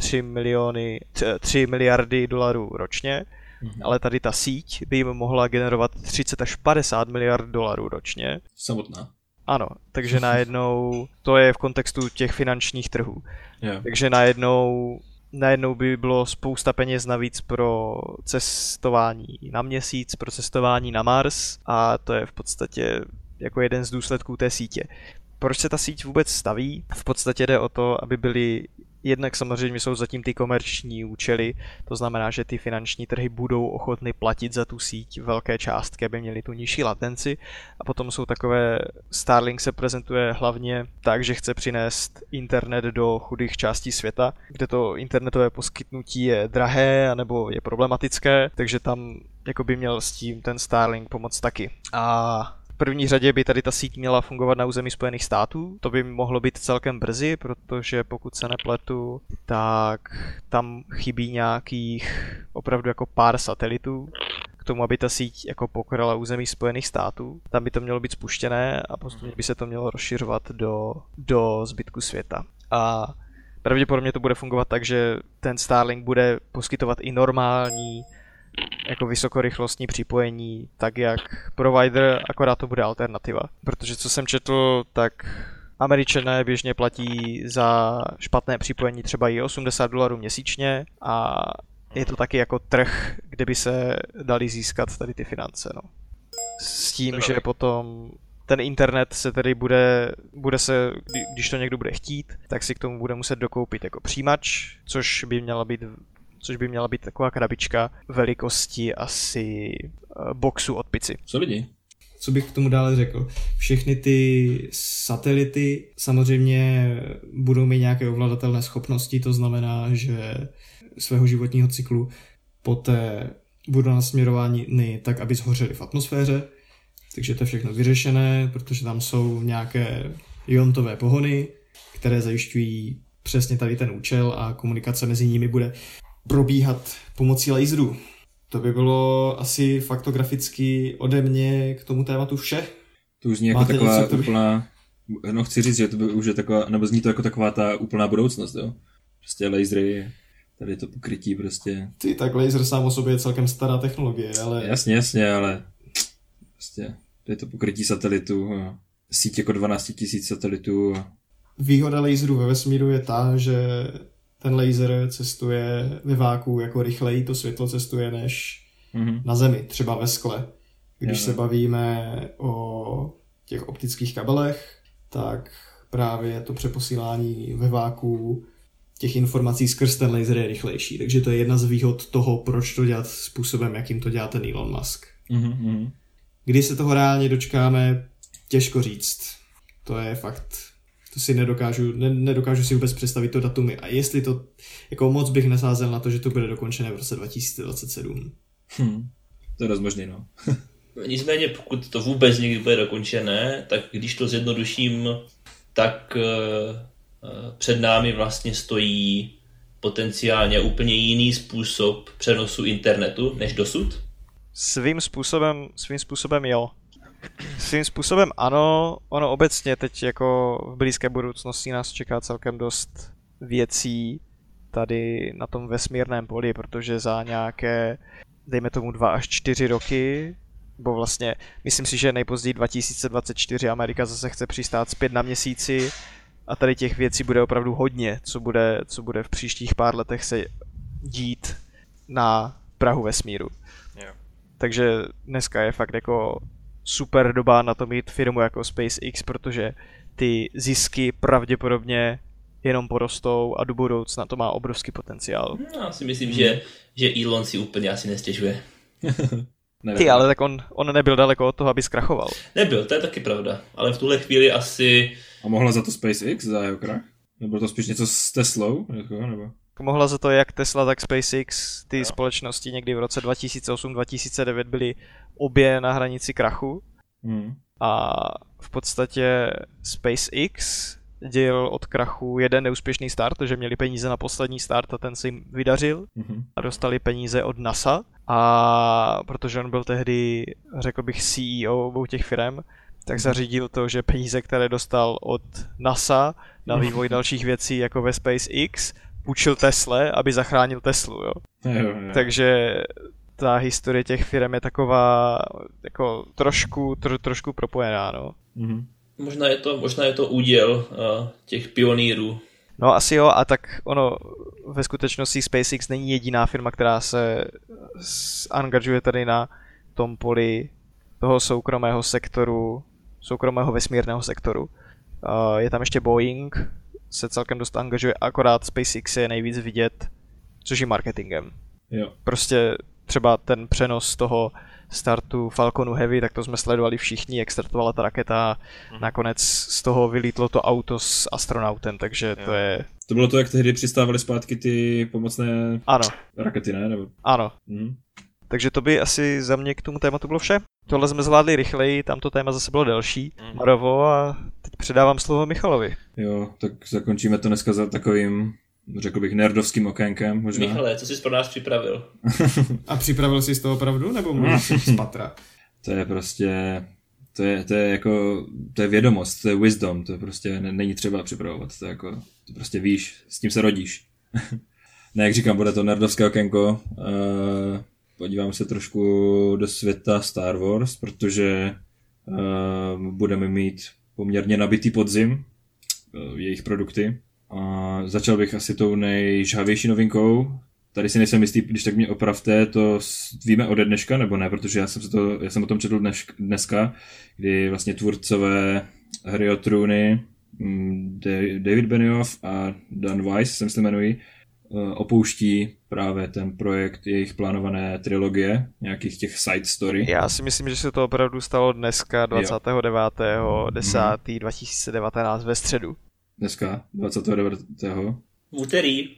3 miliardy dolarů ročně, ale tady ta síť by jim mohla generovat 30 až 50 miliard dolarů ročně. Samotná. Ano, takže najednou to je v kontextu těch finančních trhů. Yeah. Takže najednou najednou by bylo spousta peněz navíc pro cestování na Měsíc, pro cestování na Mars a to je v podstatě jako jeden z důsledků té sítě. Proč se ta síť vůbec staví? V podstatě jde o to, aby byly jednak samozřejmě jsou zatím ty komerční účely, to znamená, že ty finanční trhy budou ochotny platit za tu síť velké částky, aby měly tu nižší latenci. A potom jsou takové, Starlink se prezentuje hlavně tak, že chce přinést internet do chudých částí světa, kde to internetové poskytnutí je drahé anebo je problematické, takže tam jako by měl s tím ten Starlink pomoct taky. A v první řadě by tady ta síť měla fungovat na území Spojených států. To by mohlo být celkem brzy, protože pokud se nepletu, tak tam chybí nějakých opravdu jako pár satelitů k tomu, aby ta síť jako pokryla území Spojených států. Tam by to mělo být spuštěné a postupně by se to mělo rozšiřovat do zbytku světa. A pravděpodobně to bude fungovat tak, že ten Starlink bude poskytovat i normální jako vysokorychlostní připojení, tak jak provider, akorát to bude alternativa. Protože co jsem četl, tak Američané běžně platí za špatné připojení třeba i $80 měsíčně a je to taky jako trh, kde by se dali získat tady ty finance. No. S tím, že potom ten internet se tedy bude se, když to někdo bude chtít, tak si k tomu bude muset dokoupit jako přijímač, což by měla být taková krabička velikosti asi boxu od pici. Co lidi? Co bych k tomu dále řekl? Všechny ty satelity samozřejmě budou mít nějaké ovladatelné schopnosti, to znamená, že svého životního cyklu poté budou nasměrovány tak, aby zhořely v atmosféře, takže to je všechno vyřešené, protože tam jsou nějaké iontové pohony, které zajišťují přesně tady ten účel a komunikace mezi nimi bude probíhat pomocí laserů. To by bylo asi faktograficky ode mě k tomu tématu vše. To už zní jako taková úplná, no chci říct, že to by už je taková, nebo zní to jako taková ta úplná budoucnost, jo. Prostě lasery, tady to pokrytí prostě. Ty, tak laser sám o sobě je celkem stará technologie, ale... Jasně, ale prostě tady to pokrytí satelitů, síť jako 12 000 satelitů. Výhoda laserů ve vesmíru je ta, že ten laser cestuje ve váku jako rychleji, to světlo cestuje než na Zemi, třeba ve skle. Když se bavíme o těch optických kabelech, tak právě to přeposílání ve váku těch informací skrz ten laser je rychlejší. Takže to je jedna z výhod toho, proč to dělat způsobem, jakým to dělá ten Elon Musk. Kdy se toho reálně dočkáme, těžko říct. To je fakt... To si nedokážu si vůbec představit to datumy. A jestli to, jako moc bych nesázel na to, že to bude dokončené v roce 2027. To je rozmožný, no. Nicméně, pokud to vůbec někdy bude dokončené, tak když to zjednoduším, tak před námi vlastně stojí potenciálně úplně jiný způsob přenosu internetu než dosud. Svým způsobem jo. Svým způsobem ano, ono obecně teď jako v blízké budoucnosti nás čeká celkem dost věcí tady na tom vesmírném poli, protože za nějaké, dejme tomu 2 až 4 roky, bo vlastně myslím si, že nejpozději 2024 Amerika zase chce přistát zpět na Měsíci a tady těch věcí bude opravdu hodně, co bude v příštích pár letech se dít na prahu vesmíru. Yeah. Takže dneska je fakt jako super doba na to mít firmu jako SpaceX, protože ty zisky pravděpodobně jenom porostou a do budoucna to má obrovský potenciál. Já si myslím, že Elon si úplně asi nestěžuje. Ty, ale tak on nebyl daleko od toho, aby zkrachoval. Nebyl, to je taky pravda, ale v tuhle chvíli asi... A mohla za to SpaceX, za jeho krach? Nebo to spíš něco s Teslou? Nebo? Mohla za to jak Tesla, tak SpaceX. Ty společnosti někdy v roce 2008-2009 byly obě na hranici krachu. A v podstatě SpaceX dělal od krachu jeden neúspěšný start, že měli peníze na poslední start a ten se jim vydařil a dostali peníze od NASA a protože on byl tehdy, řekl bych, CEO obou těch firm, tak zařídil to, že peníze, které dostal od NASA na vývoj dalších věcí jako ve SpaceX, půjčil Tesle, aby zachránil Teslu, jo. Takže ta historie těch firm je taková jako trošku propojená, no. Možná je to úděl těch pionýrů. No asi jo, a tak ono ve skutečnosti SpaceX není jediná firma, která se angažuje tady na tom poli toho soukromého sektoru, soukromého vesmírného sektoru. Je tam ještě Boeing, se celkem dost angažuje, akorát SpaceX je nejvíc vidět, což je marketingem. Jo. Prostě třeba ten přenos toho startu Falconu Heavy, tak to jsme sledovali všichni, jak startovala ta raketa, nakonec z toho vylítlo to auto s astronautem, takže to je... To bylo to, jak tehdy přistávaly zpátky ty pomocné rakety, ne? Nebo... Ano. Takže to by asi za mě k tomu tématu bylo vše. Tohle jsme zvládli rychleji, tamto téma zase bylo delší. Marovo, a teď předávám slovo Michalovi. Jo, tak zakončíme to dneska za takovým, řekl bych, nerdovským okénkem možná. Michale, co jsi pro nás připravil? A připravil jsi z toho opravdu, nebo mluvíš z patra? To je prostě, to je jako, to je vědomost, to je wisdom, to je prostě není třeba připravovat, to je jako, to prostě víš, s tím se rodíš. Ne, jak říkám, bude to nerdovské okénko, podívám se trošku do světa Star Wars, protože budeme mít poměrně nabitý podzim, jejich produkty. A začal bych asi tou nejžhavější novinkou. Tady si nejsem jistý, když tak mě opravte, to víme ode dneška, nebo ne, protože já jsem o tom četl dneska, kdy vlastně tvůrcové Hry o trůny, David Benioff a Dan Weiss, se myslím jmenují, opouští právě ten projekt jejich plánované trilogie, nějakých těch side story. Já si myslím, že se to opravdu stalo dneska 29.10.2019 ve středu. Dneska, 29. Úterý.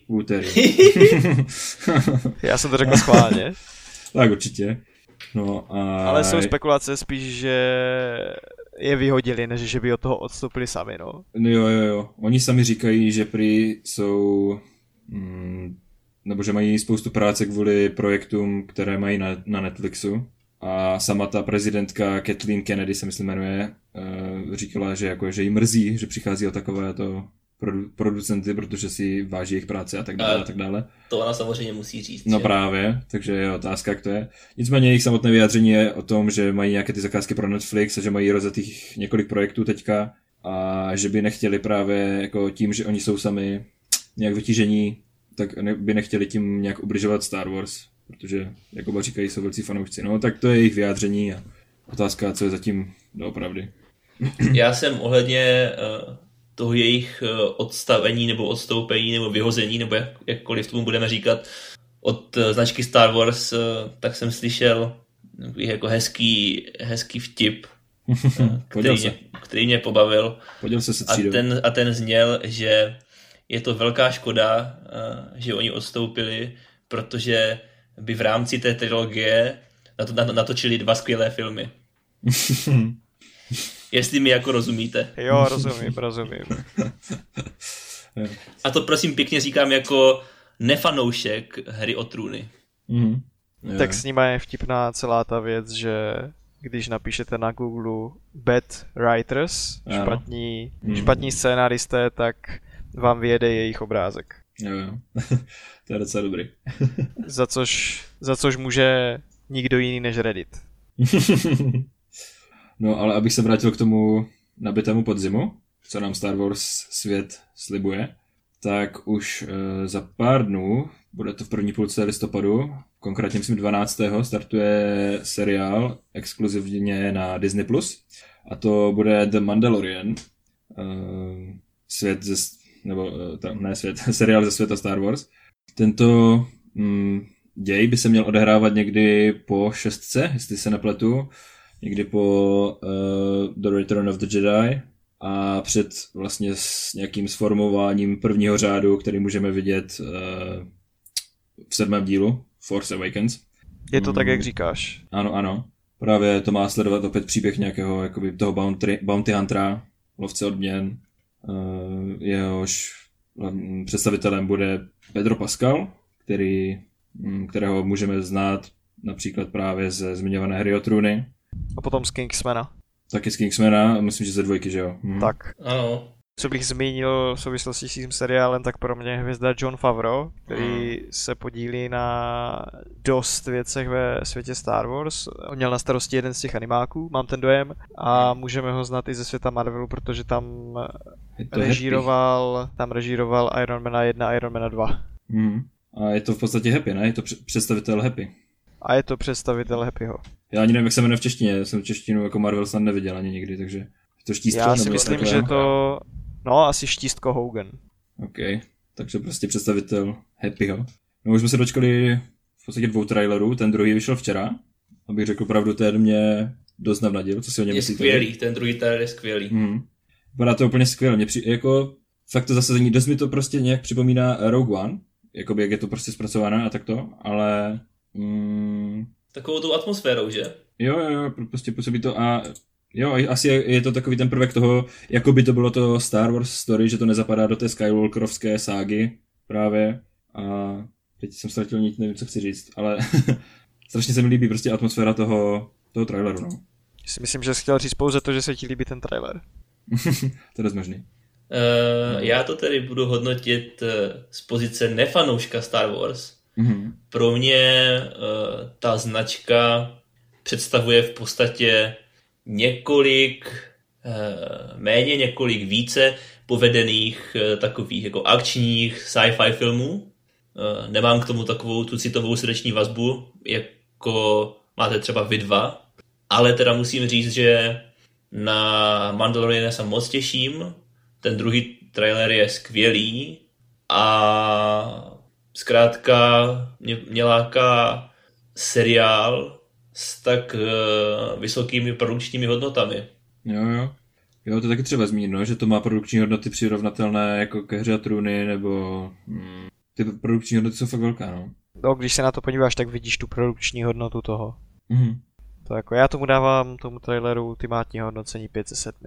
Já jsem to řekl schválně. Tak určitě. No a... Ale jsou spekulace spíš, že je vyhodili, než že by od toho odstoupili sami, no. Jo. Oni sami říkají, že prý jsou... nebo že mají spoustu práce kvůli projektům, které mají na Netflixu. A sama ta prezidentka Kathleen Kennedy, se myslím jmenuje, říkala, že, jako, že jí mrzí, že přichází o takovéto producenty, protože si váží jejich práce a tak dále. A tak dále. To ona samozřejmě musí říct. No že? Právě, takže je otázka, jak to je. Nicméně jejich samotné vyjádření je o tom, že mají nějaké ty zakázky pro Netflix a že mají rozjetých několik projektů teďka a že by nechtěli právě jako tím, že oni jsou sami nějak vytížení, tak by nechtěli tím nějak ubližovat Star Wars, protože, jak oba říkají, jsou velcí fanoušci. No, tak to je jejich vyjádření a otázka, co je zatím doopravdy. Já jsem ohledně toho jejich odstavení nebo odstoupení nebo vyhození, nebo jakkoliv tomu budeme říkat, od značky Star Wars, tak jsem slyšel jako hezký vtip, který mě pobavil. Poděl se a ten zněl, že je to velká škoda, že oni odstoupili, protože by v rámci té trilogie natočili 2 skvělé filmy. Jestli mi jako rozumíte. Jo, rozumím. A to prosím pěkně říkám jako nefanoušek Hry o trůny. Tak s nima je vtipná celá ta věc, že když napíšete na Google bad writers, špatní scénaristé, tak vám vyjede jejich obrázek. Jo. To je docela dobrý. za což může nikdo jiný než Reddit. No, ale abych se vrátil k tomu nabitému podzimu, co nám Star Wars svět slibuje, tak už za pár dnů, bude to v první půlce listopadu, konkrétně myslím 12. startuje seriál exkluzivně na Disney+. A to bude The Mandalorian, seriál ze světa Star Wars. Tento děj by se měl odehrávat někdy po 6, jestli se nepletu, někdy po The Return of the Jedi a před vlastně s nějakým sformováním prvního řádu, který můžeme vidět v 7. dílu, Force Awakens. Je to tak, jak říkáš. Ano. Právě to má sledovat opět příběh nějakého jakoby toho bounty huntera, lovce odměn. Jehož představitelem bude Pedro Pascal, kterého můžeme znát například právě ze zmiňované Hry o trůny. A potom z Kingsmana. Taky z Kingsmana, myslím, že ze 2, že jo? Tak. Ano. Co bych zmínil v souvislosti s tím seriálem, tak pro mě je hvězda Jon Favreau, který se podílí na dost věcech ve světě Star Wars. On měl na starosti jeden z těch animáků, mám ten dojem, a můžeme ho znát i ze světa Marvelu, protože tam režíroval Iron Man 1 a Iron Man 2. A je to v podstatě Happy, ne? Je to představitel Happy. A je to představitel Happyho. Já ani nevím, jak se jmenuje v češtině, já jsem češtinu jako Marvel snad neviděl ani nikdy, takže to Štístko. Já si myslím, že to... No, asi Štístko Hogan. OK, takže prostě představitel Happyho. No už jsme se dočkali v podstatě 2 trailerů, ten druhý vyšel včera, abych řekl pravdu, ten mě dost navnadil, co si o něm myslíte? Je skvělý, ten druhý trailer je skvělý. Vypadá to úplně skvěle, jako fakt to zasazení, dost mi to prostě nějak připomíná Rogue One, jakoby jak je to prostě zpracované a takto, ale... Takovou tou atmosférou, že? Jo, prostě působí to a jo, asi je to takový ten prvek toho, jako by to bylo to Star Wars story, že to nezapadá do té Skywalkerovské ságy právě a teď jsem ztratil nic, nevím, co chci říct, ale strašně se mi líbí prostě atmosféra toho traileru, no. Myslím, že jsi chtěl říct pouze to, že se ti líbí ten trailer. To je dost možný. Já to tedy budu hodnotit z pozice nefanouška Star Wars. Pro mě ta značka představuje v podstatě několik více povedených takových jako akčních sci-fi filmů. Nemám k tomu takovou tu citovou srdeční vazbu, jako máte třeba vy dva, ale teda musím říct, že na Mandaloriana se moc těším. Ten druhý trailer je skvělý a zkrátka mě láká seriál s tak vysokými produkčními hodnotami. Jo, to taky třeba zmínit, no, že to má produkční hodnoty přirovnatelné jako ke Hře a trůny, nebo ty produkční hodnoty jsou fakt velká, no. No, když se na to podíváš, tak vidíš tu produkční hodnotu toho. To jako já tomu dávám, tomu traileru, ultimátní hodnocení 5 ze 7.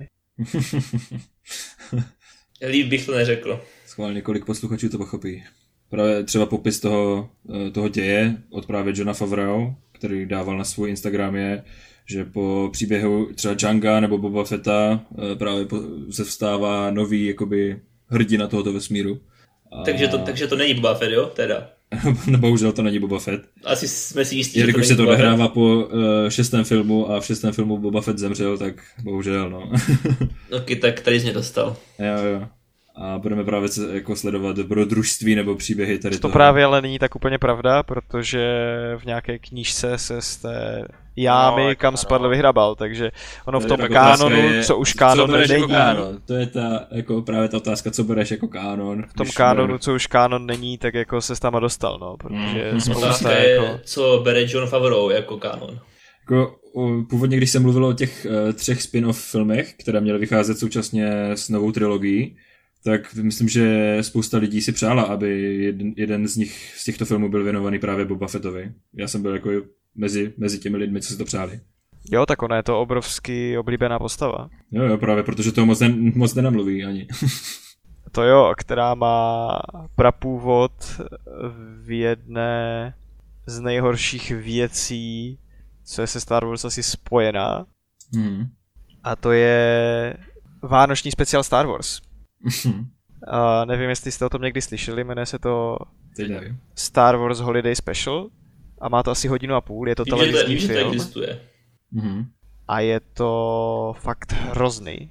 Líp bych to neřekl. Schválně, kolik posluchačů to pochopí. Právě třeba popis toho děje od právě Jona Favreau, který dával na svůj Instagram, je, že po příběhu třeba Django nebo Boba Fetta právě se vstává nový jakoby hrdina tohoto vesmíru. Takže to není Boba Fett, jo? Teda. Bohužel to není Boba Fett. Asi jsme si jistí, jelikož se to odehrává po 6. filmu a v 6. filmu Boba Fett zemřel, tak bohužel, no. Ok, tak tady jsi mě dostal. Jo. A budeme právě jako sledovat dobrodružství nebo příběhy tady to právě ale není tak úplně pravda, protože v nějaké knížce se z té jámy, kam spadl, vyhrabal, takže ono v tom kánonu, co už kánon není. Jako kánon? To je jako právě ta otázka, co bereš jako kánon. V tom kánonu, co už kánon není, tak jako se tam dostal, no, protože otázka je, jako... co bere Jon Favreau jako kánon. Jako, původně, když jsem mluvil o těch 3 spin-off filmech, které měly vycházet současně s novou trilogií, tak myslím, že spousta lidí si přála, aby jeden z těchto filmů byl věnovaný právě Boba Fettovi. Já jsem byl jako mezi těmi lidmi, co si to přáli. Jo, tak ona je to obrovsky oblíbená postava. Jo, právě, protože toho moc nenamluví ani. To jo, která má prapůvod v jedné z nejhorších věcí, co je se Star Wars asi spojená. A to je vánoční speciál Star Wars. Nevím, jestli jste o tom někdy slyšeli, jmenuje se to Star Wars Holiday Special a má to asi 1,5 hodiny, je to televizní film. To existuje. A je to fakt hrozný.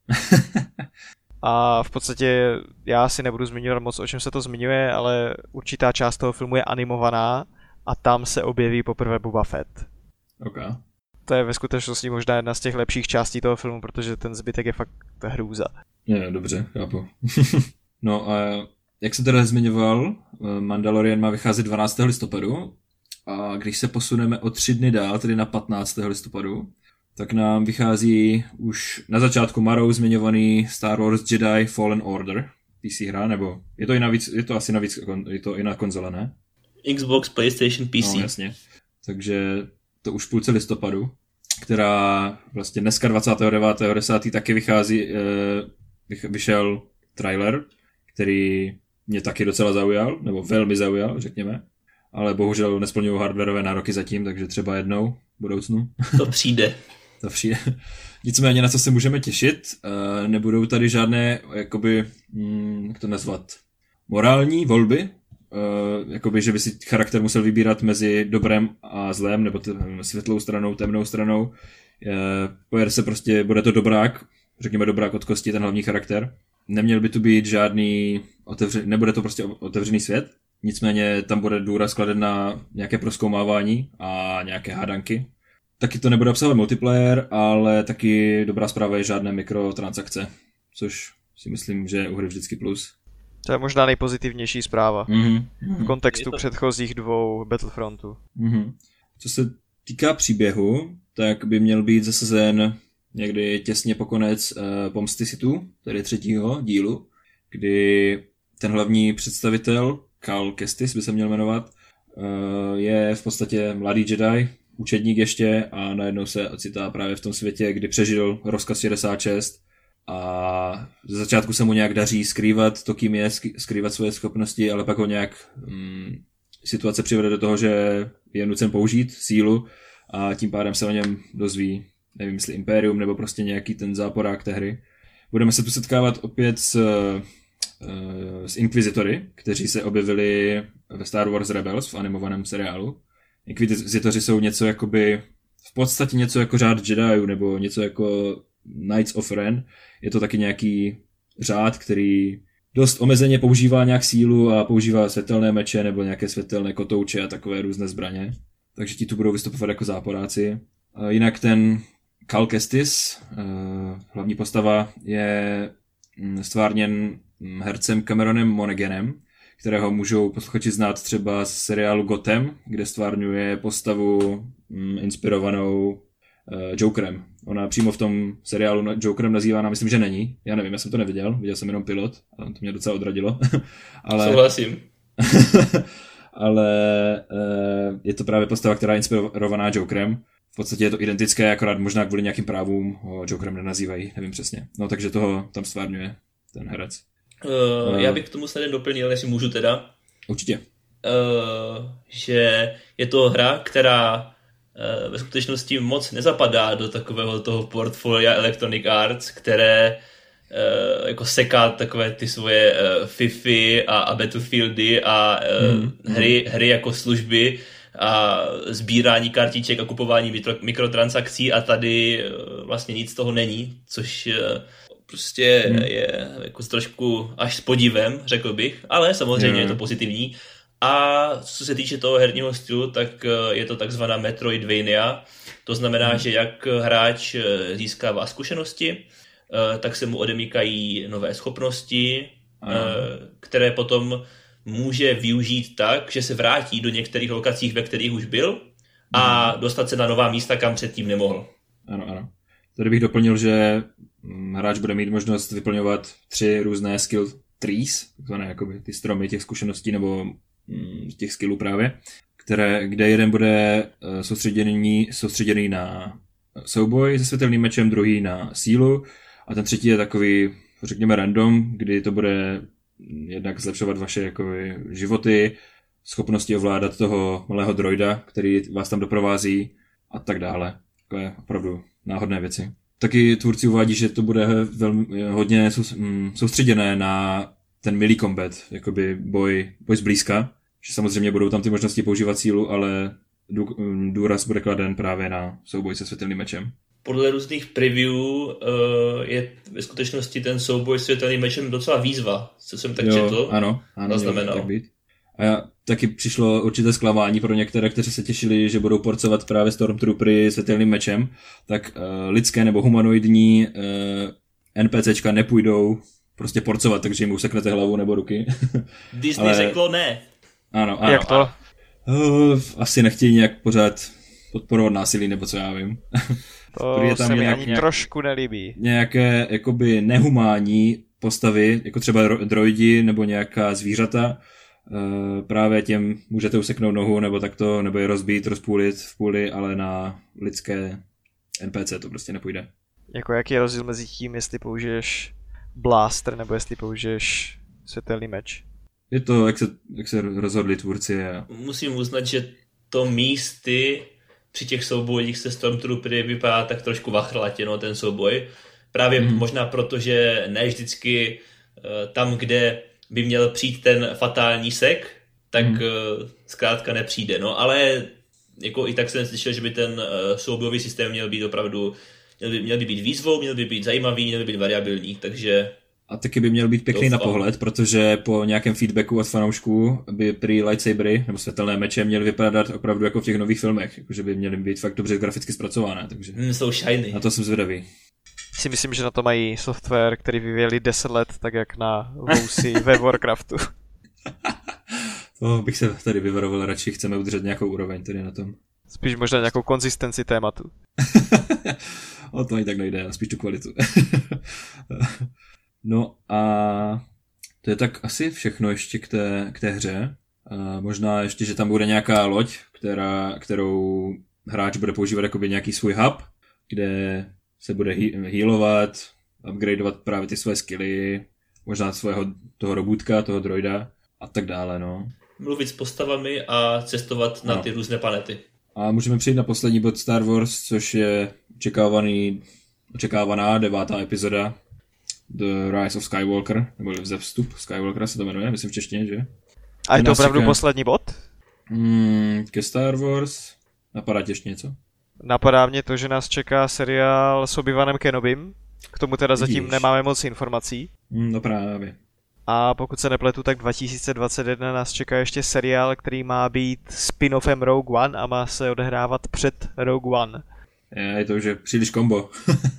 A v podstatě já si nebudu zmiňovat moc, o čem se to zmiňuje, ale určitá část toho filmu je animovaná a tam se objeví poprvé Boba Fett. Okay. To je ve skutečnosti možná jedna z těch lepších částí toho filmu, protože ten zbytek je fakt hrůza. Je, dobře, chápu. No a jak jsem teda zmiňoval, Mandalorian má vycházet 12. listopadu a když se posuneme o 3 dny dál, tedy na 15. listopadu, tak nám vychází už na začátku Marou zmiňovaný Star Wars Jedi Fallen Order, PC hra, nebo je to asi navíc, je to i na konzole, ne? Xbox, PlayStation, PC. No, jasně. Takže to už v půlce listopadu, která vlastně dneska 29.10. taky vyšel trailer, který mě taky docela zaujal, nebo velmi zaujal, řekněme. Ale bohužel nesplňují hardwareové nároky zatím, takže třeba jednou v budoucnu. To přijde. To přijde. Nicméně na co se můžeme těšit, nebudou tady žádné, jakoby, jak to nazvat, morální volby, jakoby, že by si charakter musel vybírat mezi dobrem a zlem, nebo světlou stranou, temnou stranou. Pojede se prostě, bude to dobrák, řekněme dobrák od kosti, ten hlavní charakter. Neměl by tu být žádný, nebude to prostě otevřený svět, nicméně tam bude důraz kladen na nějaké prozkoumávání a nějaké hádanky. Taky to nebude obsahovat multiplayer, ale taky dobrá zpráva je žádné mikrotransakce, což si myslím, že je u hry vždycky plus. To je možná nejpozitivnější zpráva v kontextu předchozích 2 Battlefrontů. Co se týká příběhu, tak by měl být zasazen někdy těsně po konec Pomsty Sithů, tedy 3. dílu, kdy ten hlavní představitel, Cal Kestis by se měl jmenovat, je v podstatě mladý Jedi, učedník ještě a najednou se ocitá právě v tom světě, kdy přežil rozkaz 66 a ze začátku se mu nějak daří skrývat to, kým je, skrývat svoje schopnosti, ale pak ho nějak situace přivede do toho, že je nucen použít sílu a tím pádem se o něm dozví, nevím, jestli Imperium nebo prostě nějaký ten záporák té hry. Budeme se tu setkávat opět s Inquisitory, kteří se objevili ve Star Wars Rebels v animovaném seriálu. Inquisitoři jsou něco jakoby, v podstatě něco jako řád Jediů, nebo něco jako Knights of Ren. Je to taky nějaký řád, který dost omezeně používá nějak sílu a používá světelné meče nebo nějaké světelné kotouče a takové různé zbraně. Takže ti tu budou vystupovat jako záporáci. Jinak ten Cal Kestis, hlavní postava, je stvárněn hercem Cameronem Monaganem, kterého můžou posluchači znát třeba z seriálu Gotham, kde stvárňuje postavu inspirovanou Jokerem. Ona přímo v tom seriálu Jokerem nazývána, myslím, že není. Já nevím, já jsem to neviděl, viděl jsem jenom pilot a to mě docela odradilo. Ale... Souhlasím. Ale je to právě postava, která je inspirovaná Jokerem. V podstatě je to identické, akorát možná kvůli nějakým právům ho Jokerem nenazývají, nevím přesně. No takže toho tam stvárňuje ten herec. Já bych k tomu snad doplnil, jestli můžu teda. Určitě. Že je to hra, která ve skutečnosti moc nezapadá do takového toho portfolia Electronic Arts, které jako seká takové ty svoje Fify a Battlefieldy a hry jako služby a sbírání kartiček a kupování mikrotransakcí a tady vlastně nic z toho není, což prostě je jako trošku až s podivem, řekl bych, ale samozřejmě je to pozitivní. A co se týče toho herního stylu, tak je to takzvaná Metroidvania. To znamená, že jak hráč získává zkušenosti, tak se mu odemykají nové schopnosti, které potom může využít tak, že se vrátí do některých lokací, ve kterých už byl a dostat se na nová místa, kam předtím nemohl. Ano. Tady bych doplnil, že hráč bude mít možnost vyplňovat 3 různé skill trees, takzvané jakoby ty stromy těch zkušeností nebo těch skillů právě, kde jeden bude soustředěný na souboj se světelným mečem, druhý na sílu a ten třetí je takový, řekněme, random, kdy to bude jednak zlepšovat vaše jakoby životy, schopnosti ovládat toho malého droida, který vás tam doprovází a tak dále. Takové opravdu náhodné věci. Taky tvůrci uvádí, že to bude hodně soustředěné na ten melee combat, jakoby boj zblízka, že samozřejmě budou tam ty možnosti používat sílu, ale důraz bude kladen právě na souboj se světelným mečem. Podle různých preview je ve skutečnosti ten souboj s světelným mečem docela výzva, co jsem tak četl. Ano, tak být. A taky přišlo určité zklamání pro některé, kteří se těšili, že budou porcovat právě Stormtroopery světelným mečem, tak lidské nebo humanoidní NPCčka nepůjdou prostě porcovat, takže jim useknete hlavu nebo ruky. Disney řeklo ne. Ano. Jak to? Asi nechtějí nějak pořád podporovat násilí, nebo co já vím. To se mi ani trošku nelíbí. Nějaké jakoby nehumánní postavy, jako třeba droidi nebo nějaká zvířata, právě těm můžete useknout nohu nebo takto, nebo je rozbít, rozpůlit v půli, ale na lidské NPC to prostě nepůjde. Jako jaký je rozdíl mezi tím, jestli použiješ blaster nebo jestli použiješ světelný meč? Je to, jak se rozhodli tvůrci. Musím uznat, že to místy při těch soubojích se Stormtroopery vypadá tak trošku vachrlatě, no, ten souboj. Právě možná proto, že ne vždycky tam, kde by měl přijít ten fatální sek, tak zkrátka nepřijde. No, ale jako i tak jsem slyšel, že by ten soubojový systém měl být opravdu, měl by být výzvou, měl by být zajímavý, měl by být variabilní, takže... A taky by měl být pěkný na pohled, protože po nějakém feedbacku od fanoušků by prý lightsabery nebo světelné meče měly vypadat opravdu jako v těch nových filmech, jakože by měly být fakt dobře graficky zpracované, takže... Jsou shiny. Na to jsem zvědavý. Si myslím, že na to mají software, který vyvíjeli 10 let, tak jak na Vousy ve Warcraftu. To bych se tady vyvaroval, radši chceme udržet nějakou úroveň tady na tom. Spíš možná nějakou konzistenci tématu. O to ani tak nejde, ale spíš tu kvalitu. No a to je tak asi všechno ještě k té hře. A možná ještě, že tam bude nějaká loď, kterou hráč bude používat jako nějaký svůj hub, kde se bude healovat, upgradeovat právě ty své skilly, možná svého toho robůtka, toho droida a tak dále, no. Mluvit s postavami a cestovat na ty různé planety. A můžeme přijít na poslední bod Star Wars, což je očekávaná 9. epizoda The Rise of Skywalker, nebo Vzestup Skywalkera se to jmenuje, myslím v češtině, že? A je to opravdu poslední bod? Ke Star Wars napadá tě ještě něco? Napadá mě to, že nás čeká seriál s Obi-Wanem Kenobim. K tomu teda zatím nemáme moc informací. No právě. A pokud se nepletu, tak 2021 nás čeká ještě seriál, který má být spin-offem Rogue One a má se odehrávat před Rogue One. Je to už příliš kombo.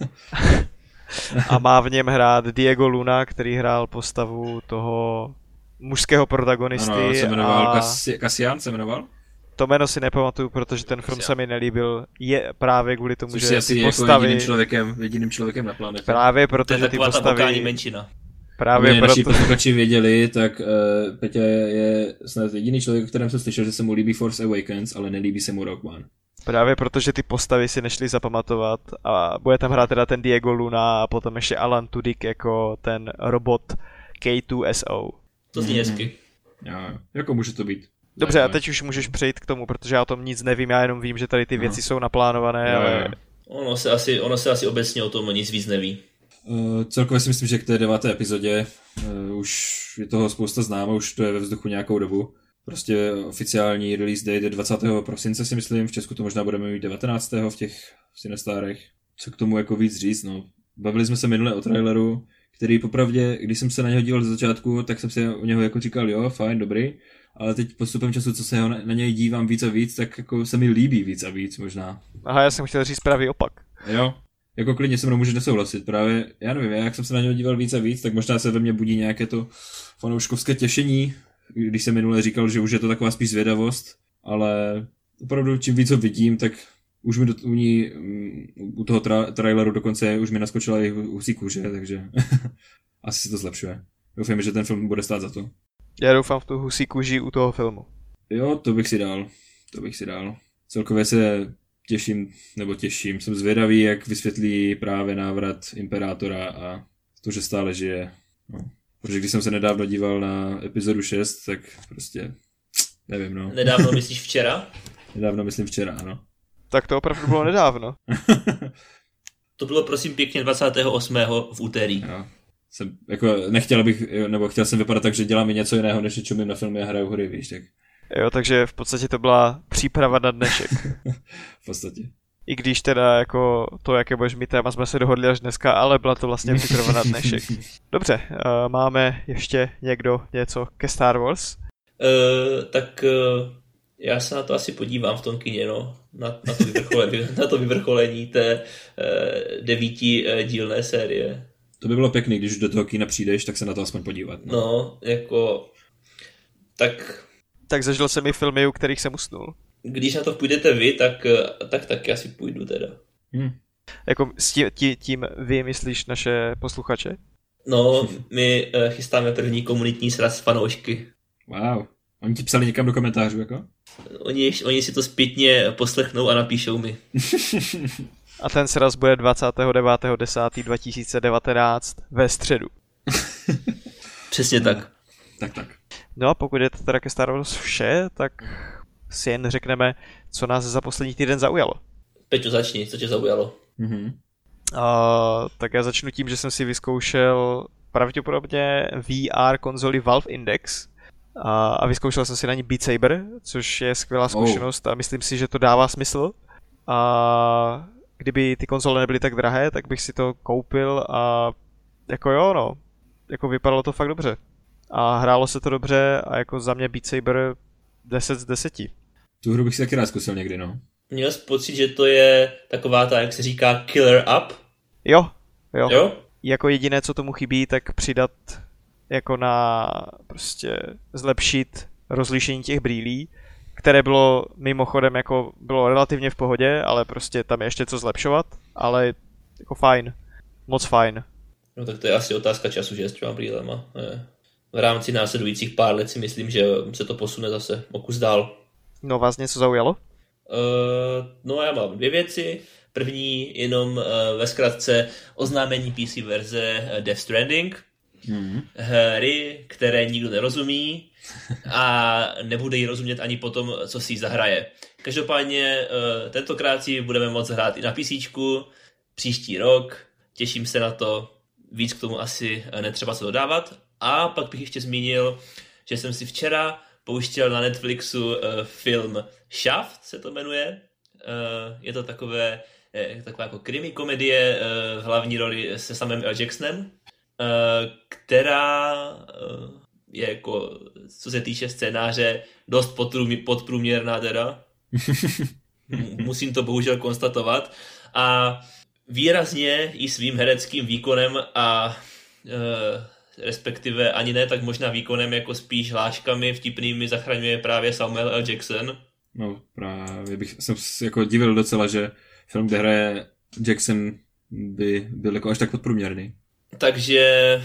A má v něm hrát Diego Luna, který hrál postavu toho mužského protagonisty. Ano, se jmenoval Cassian se jmenoval? To jméno si nepamatuju, protože ten film se mi nelíbil. Je právě kvůli tomu, což že asi ty jako postavy... jediným člověkem na planetě. Právě protože ty postavy... To je menšina. Právě proto... naši posluchači věděli, tak Peťa je snad jediný člověk, o kterém jsem slyšel, že se mu líbí Force Awakens, ale nelíbí se mu Rogue One. Právě protože ty postavy si nešli zapamatovat a bude tam hrát teda ten Diego Luna a potom ještě Alan Tudyk jako ten robot K2SO. To zní hezky. Jo, jako může to být. Dobře, a teď už můžeš přejít k tomu, protože já o tom nic nevím, já jenom vím, že tady ty věci jsou naplánované, ale... Ono se asi obecně o tom nic víc neví. Celkově si myslím, že k té 9. epizodě už je toho spousta známo, už to je ve vzduchu nějakou dobu. Prostě oficiální release date je 20. prosince si myslím, v Česku to možná budeme mít 19. v těch Cinestárech. Co k tomu jako víc říct, no. Bavili jsme se minule o traileru, který popravdě, když jsem se na něho díval ze začátku, tak jsem si o něho jako říkal, jo, fajn, dobrý, ale teď postupem času, co se na něj dívám víc a víc, tak jako se mi líbí víc a víc možná. Aha, já jsem chtěl říct právě opak. Jo, jako klidně se mnou můžeš nesouhlasit, právě, já nevím, jak jsem se na něho díval víc a víc, tak možná se ve mně budí nějaké to fanouškovské těšení, když jsem minule říkal, že už je to taková spíš zvědavost, ale opravdu čím víc ho vidím, tak už mi u toho traileru dokonce už mi naskočila i husí kůže, takže asi se to zlepšuje. Doufám, že ten film bude stát za to. Já doufám v tu husí kůži u toho filmu. Jo, to bych si dal. Celkově se těším, jsem zvědavý, jak vysvětlí právě návrat Imperátora a to, že stále žije. No. Protože když jsem se nedávno díval na epizodu 6, tak prostě nevím, no. Nedávno myslíš včera? Nedávno myslím včera, ano. Tak to opravdu bylo nedávno. To bylo prosím pěkně 28. v úterý. Jo. Chtěl jsem vypadat tak, že dělám i něco jiného, než čumím na filmy a hraju hry, víš, tak. Jo, takže v podstatě to byla příprava na dnešek. V podstatě. I když teda jako to, jaké budeš mít téma, jsme se dohodli až dneska, ale byla to vlastně příprava na dnešek. Dobře, máme ještě někdo něco ke Star Wars? Já se na to asi podívám v tom kině, no. Na to vyvrcholení té 9dílné série. To by bylo pěkný, když do toho kina přijdeš, tak se na to aspoň podívat. No, jako... Tak zažil jsem i filmy, u kterých jsem usnul. Když na to půjdete vy, tak asi půjdu teda. Jako tím vy myslíš naše posluchače? No, my chystáme první komunitní sraz fanoušky. Wow. Oni ti psali někam do komentářů, jako? Oni si to zpětně poslechnou a napíšou mi. A ten sraz bude 29.10.2019 ve středu. Přesně tak. Tak. No a pokud je to teda ke Star Wars vše, tak si jen řekneme, co nás za poslední týden zaujalo. Peťo, začni, co tě zaujalo? Tak já začnu tím, že jsem si vyzkoušel pravděpodobně VR konzoli Valve Index a vyzkoušel jsem si na ní Beat Saber, což je skvělá zkušenost a myslím si, že to dává smysl. A kdyby ty konzole nebyly tak drahé, tak bych si to koupil a jako jo, no, jako vypadalo to fakt dobře. A hrálo se to dobře a jako za mě Beat Saber 10 z 10. Tu hru bych si taky rád zkusil někdy, no. Měl jsi pocit, že to je taková ta, jak se říká, killer app? Jo. Jo? Jako jediné, co tomu chybí, tak přidat jako na prostě zlepšit rozlišení těch brýlí, které bylo mimochodem jako bylo relativně v pohodě, ale prostě tam je ještě co zlepšovat, ale jako fajn. Moc fajn. No tak to je asi otázka času, že s těma brýlema. V rámci následujících pár let si myslím, že se to posune zase o kus dál. No vás něco zaujalo? No já mám 2 věci. První jenom ve zkratce oznámení PC verze Death Stranding. Hry, které nikdo nerozumí a nebude jí rozumět ani potom, co si ji zahraje. Každopádně tentokrát si budeme moct hrát i na PCčku příští rok. Těším se na to. Víc k tomu asi netřeba se dodávat. A pak bych ještě zmínil, že jsem si včera pouštěl na Netflixu film Shaft, se to jmenuje. Je to taková jako krimi komedie v hlavní roli se Samuelem L. Jacksonem, která je jako, co se týče scénáře, dost podprůměrná teda. Musím to bohužel konstatovat. A výrazně i svým hereckým výkonem a respektive ani ne tak možná výkonem, jako spíš hláškami vtipnými zachraňuje právě Samuel L. Jackson. No právě jsem jako divil docela, že film, kde hraje Jackson, by byl jako až tak podprůměrný. Takže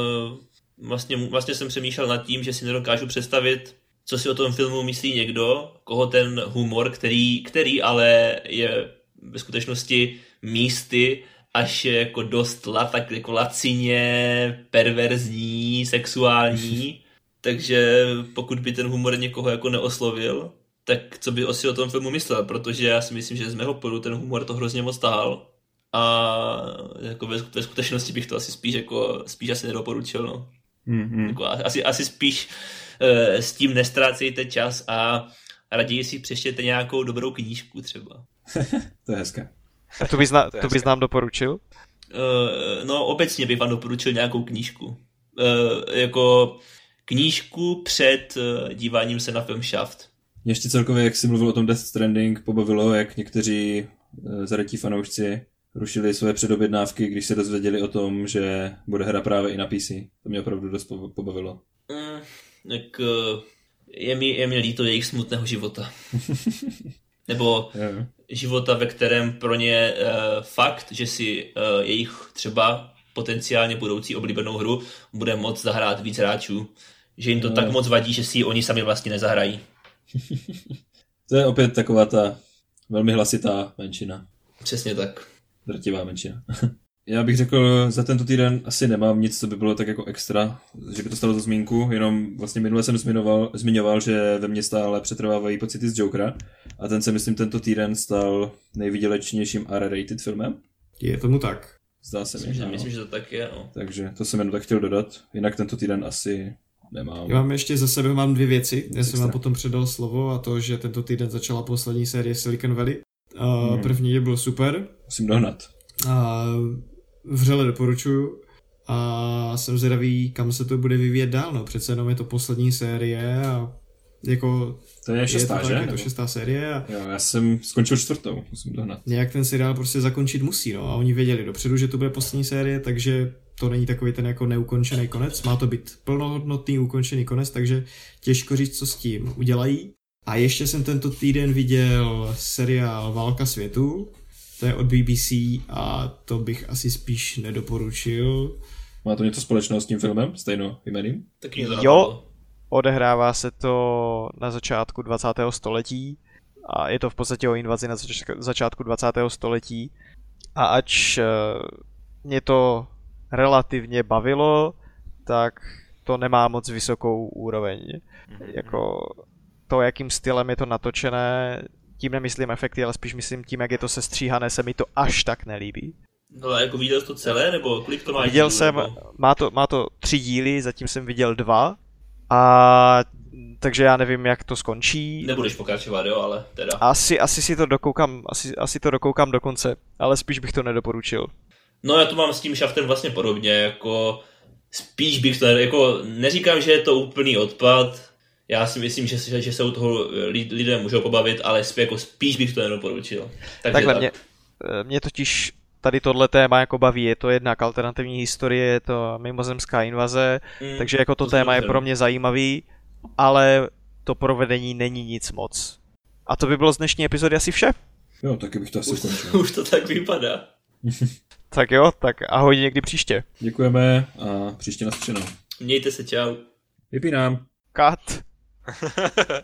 vlastně jsem přemýšlel nad tím, že si nedokážu představit, co si o tom filmu myslí někdo, koho ten humor, který ale je ve skutečnosti místy až jako dost tak jako lacině, perverzní, sexuální, takže pokud by ten humor někoho jako neoslovil, tak co by si o tom filmu myslel, protože já si myslím, že z mého pohledu ten humor to hrozně moc tahal a jako ve skutečnosti bych to asi spíš asi nedoporučil, no. Jako asi spíš s tím nestrácejte čas a raději si přečtěte nějakou dobrou knížku třeba. To je hezké. A to bys nám doporučil? No obecně bych vám doporučil nějakou knížku. Jako knížku před díváním se na film Shaft. Mě ještě celkově, jak jsi mluvil o tom Death Stranding, pobavilo, jak někteří zarytí fanoušci rušili své předobjednávky, když se dozvěděli o tom, že bude hra právě i na PC. To mě opravdu dost pobavilo. Tak je mi líto jejich smutného života. Nebo života, ve kterém pro ně fakt, že si jejich třeba potenciálně budoucí oblíbenou hru bude moc zahrát víc hráčů. Že jim to tak moc vadí, že si ji oni sami vlastně nezahrají. To je opět taková ta velmi hlasitá menšina. Přesně tak. Drtivá menšina. Já bych řekl, za tento týden asi nemám nic, co by bylo tak jako extra, že by to stalo za zmínku, jenom vlastně minule jsem zmiňoval, že ve mně stále přetrvávají pocity z Jokera a ten se myslím tento týden stal nejvydělečnějším R-rated filmem. Je tomu tak. Zdá se mi. Myslím, že to tak je, no. Takže to jsem jenom tak chtěl dodat, jinak tento týden asi nemám. Já mám ještě za sebe 2 věci, já jsem vám potom předal slovo a to, že tento týden začala poslední série Silicon Valley. První byl super. Musím dohnat. A vřele doporučuju a jsem zvědavý, kam se to bude vyvíjet dál, no přece jenom je to poslední série a jako to je 6. že? Je to 6. série a jo, já jsem skončil 4. musím dohnat. Nějak ten seriál prostě zakončit musí, no a oni věděli dopředu, že to bude poslední série, takže to není takový ten jako neukončený konec, má to být plnohodnotný ukončený konec, takže těžko říct, co s tím udělají. A ještě jsem tento týden viděl seriál Válka světů, to je od BBC a to bych asi spíš nedoporučil. Má to něco společného s tím filmem, stejnojmenným? Jo, odehrává se to na začátku 20. století a je to v podstatě o invazi na začátku 20. století a ač mě to relativně bavilo, tak to nemá moc vysokou úroveň. Jako to, jakým stylem je to natočené, tím nemyslím efekty, ale spíš myslím tím, jak je to sestříhané, se mi to až tak nelíbí. No a jako viděl jsi to celé, nebo kolik to má Viděl dílů, jsem, nebo? má to 3 díly, zatím jsem viděl 2 a takže já nevím, jak to skončí. Nebudeš pokračovat, jo, ale teda. Asi si to dokoukám, asi to dokoukám do konce, ale spíš bych to nedoporučil. No já to mám s tím Shaftem vlastně podobně, jako spíš bych to, jako neříkám, že je to úplný odpad, já si myslím, že se u toho lidé můžou pobavit, ale spíš bych to nedoporučil. Takhle tak. Mě totiž tady tohle téma jako baví, je to jednak alternativní historie, je to mimozemská invaze, takže jako to téma je pro mě zajímavý, ale to provedení není nic moc. A to by bylo z dnešní epizody asi vše. Jo, taky bych to asi končil. Už to tak vypadá. Tak jo, tak ahoj někdy příště. Děkujeme a příště nashledanou. Mějte se, čau. Vypínám. Cut.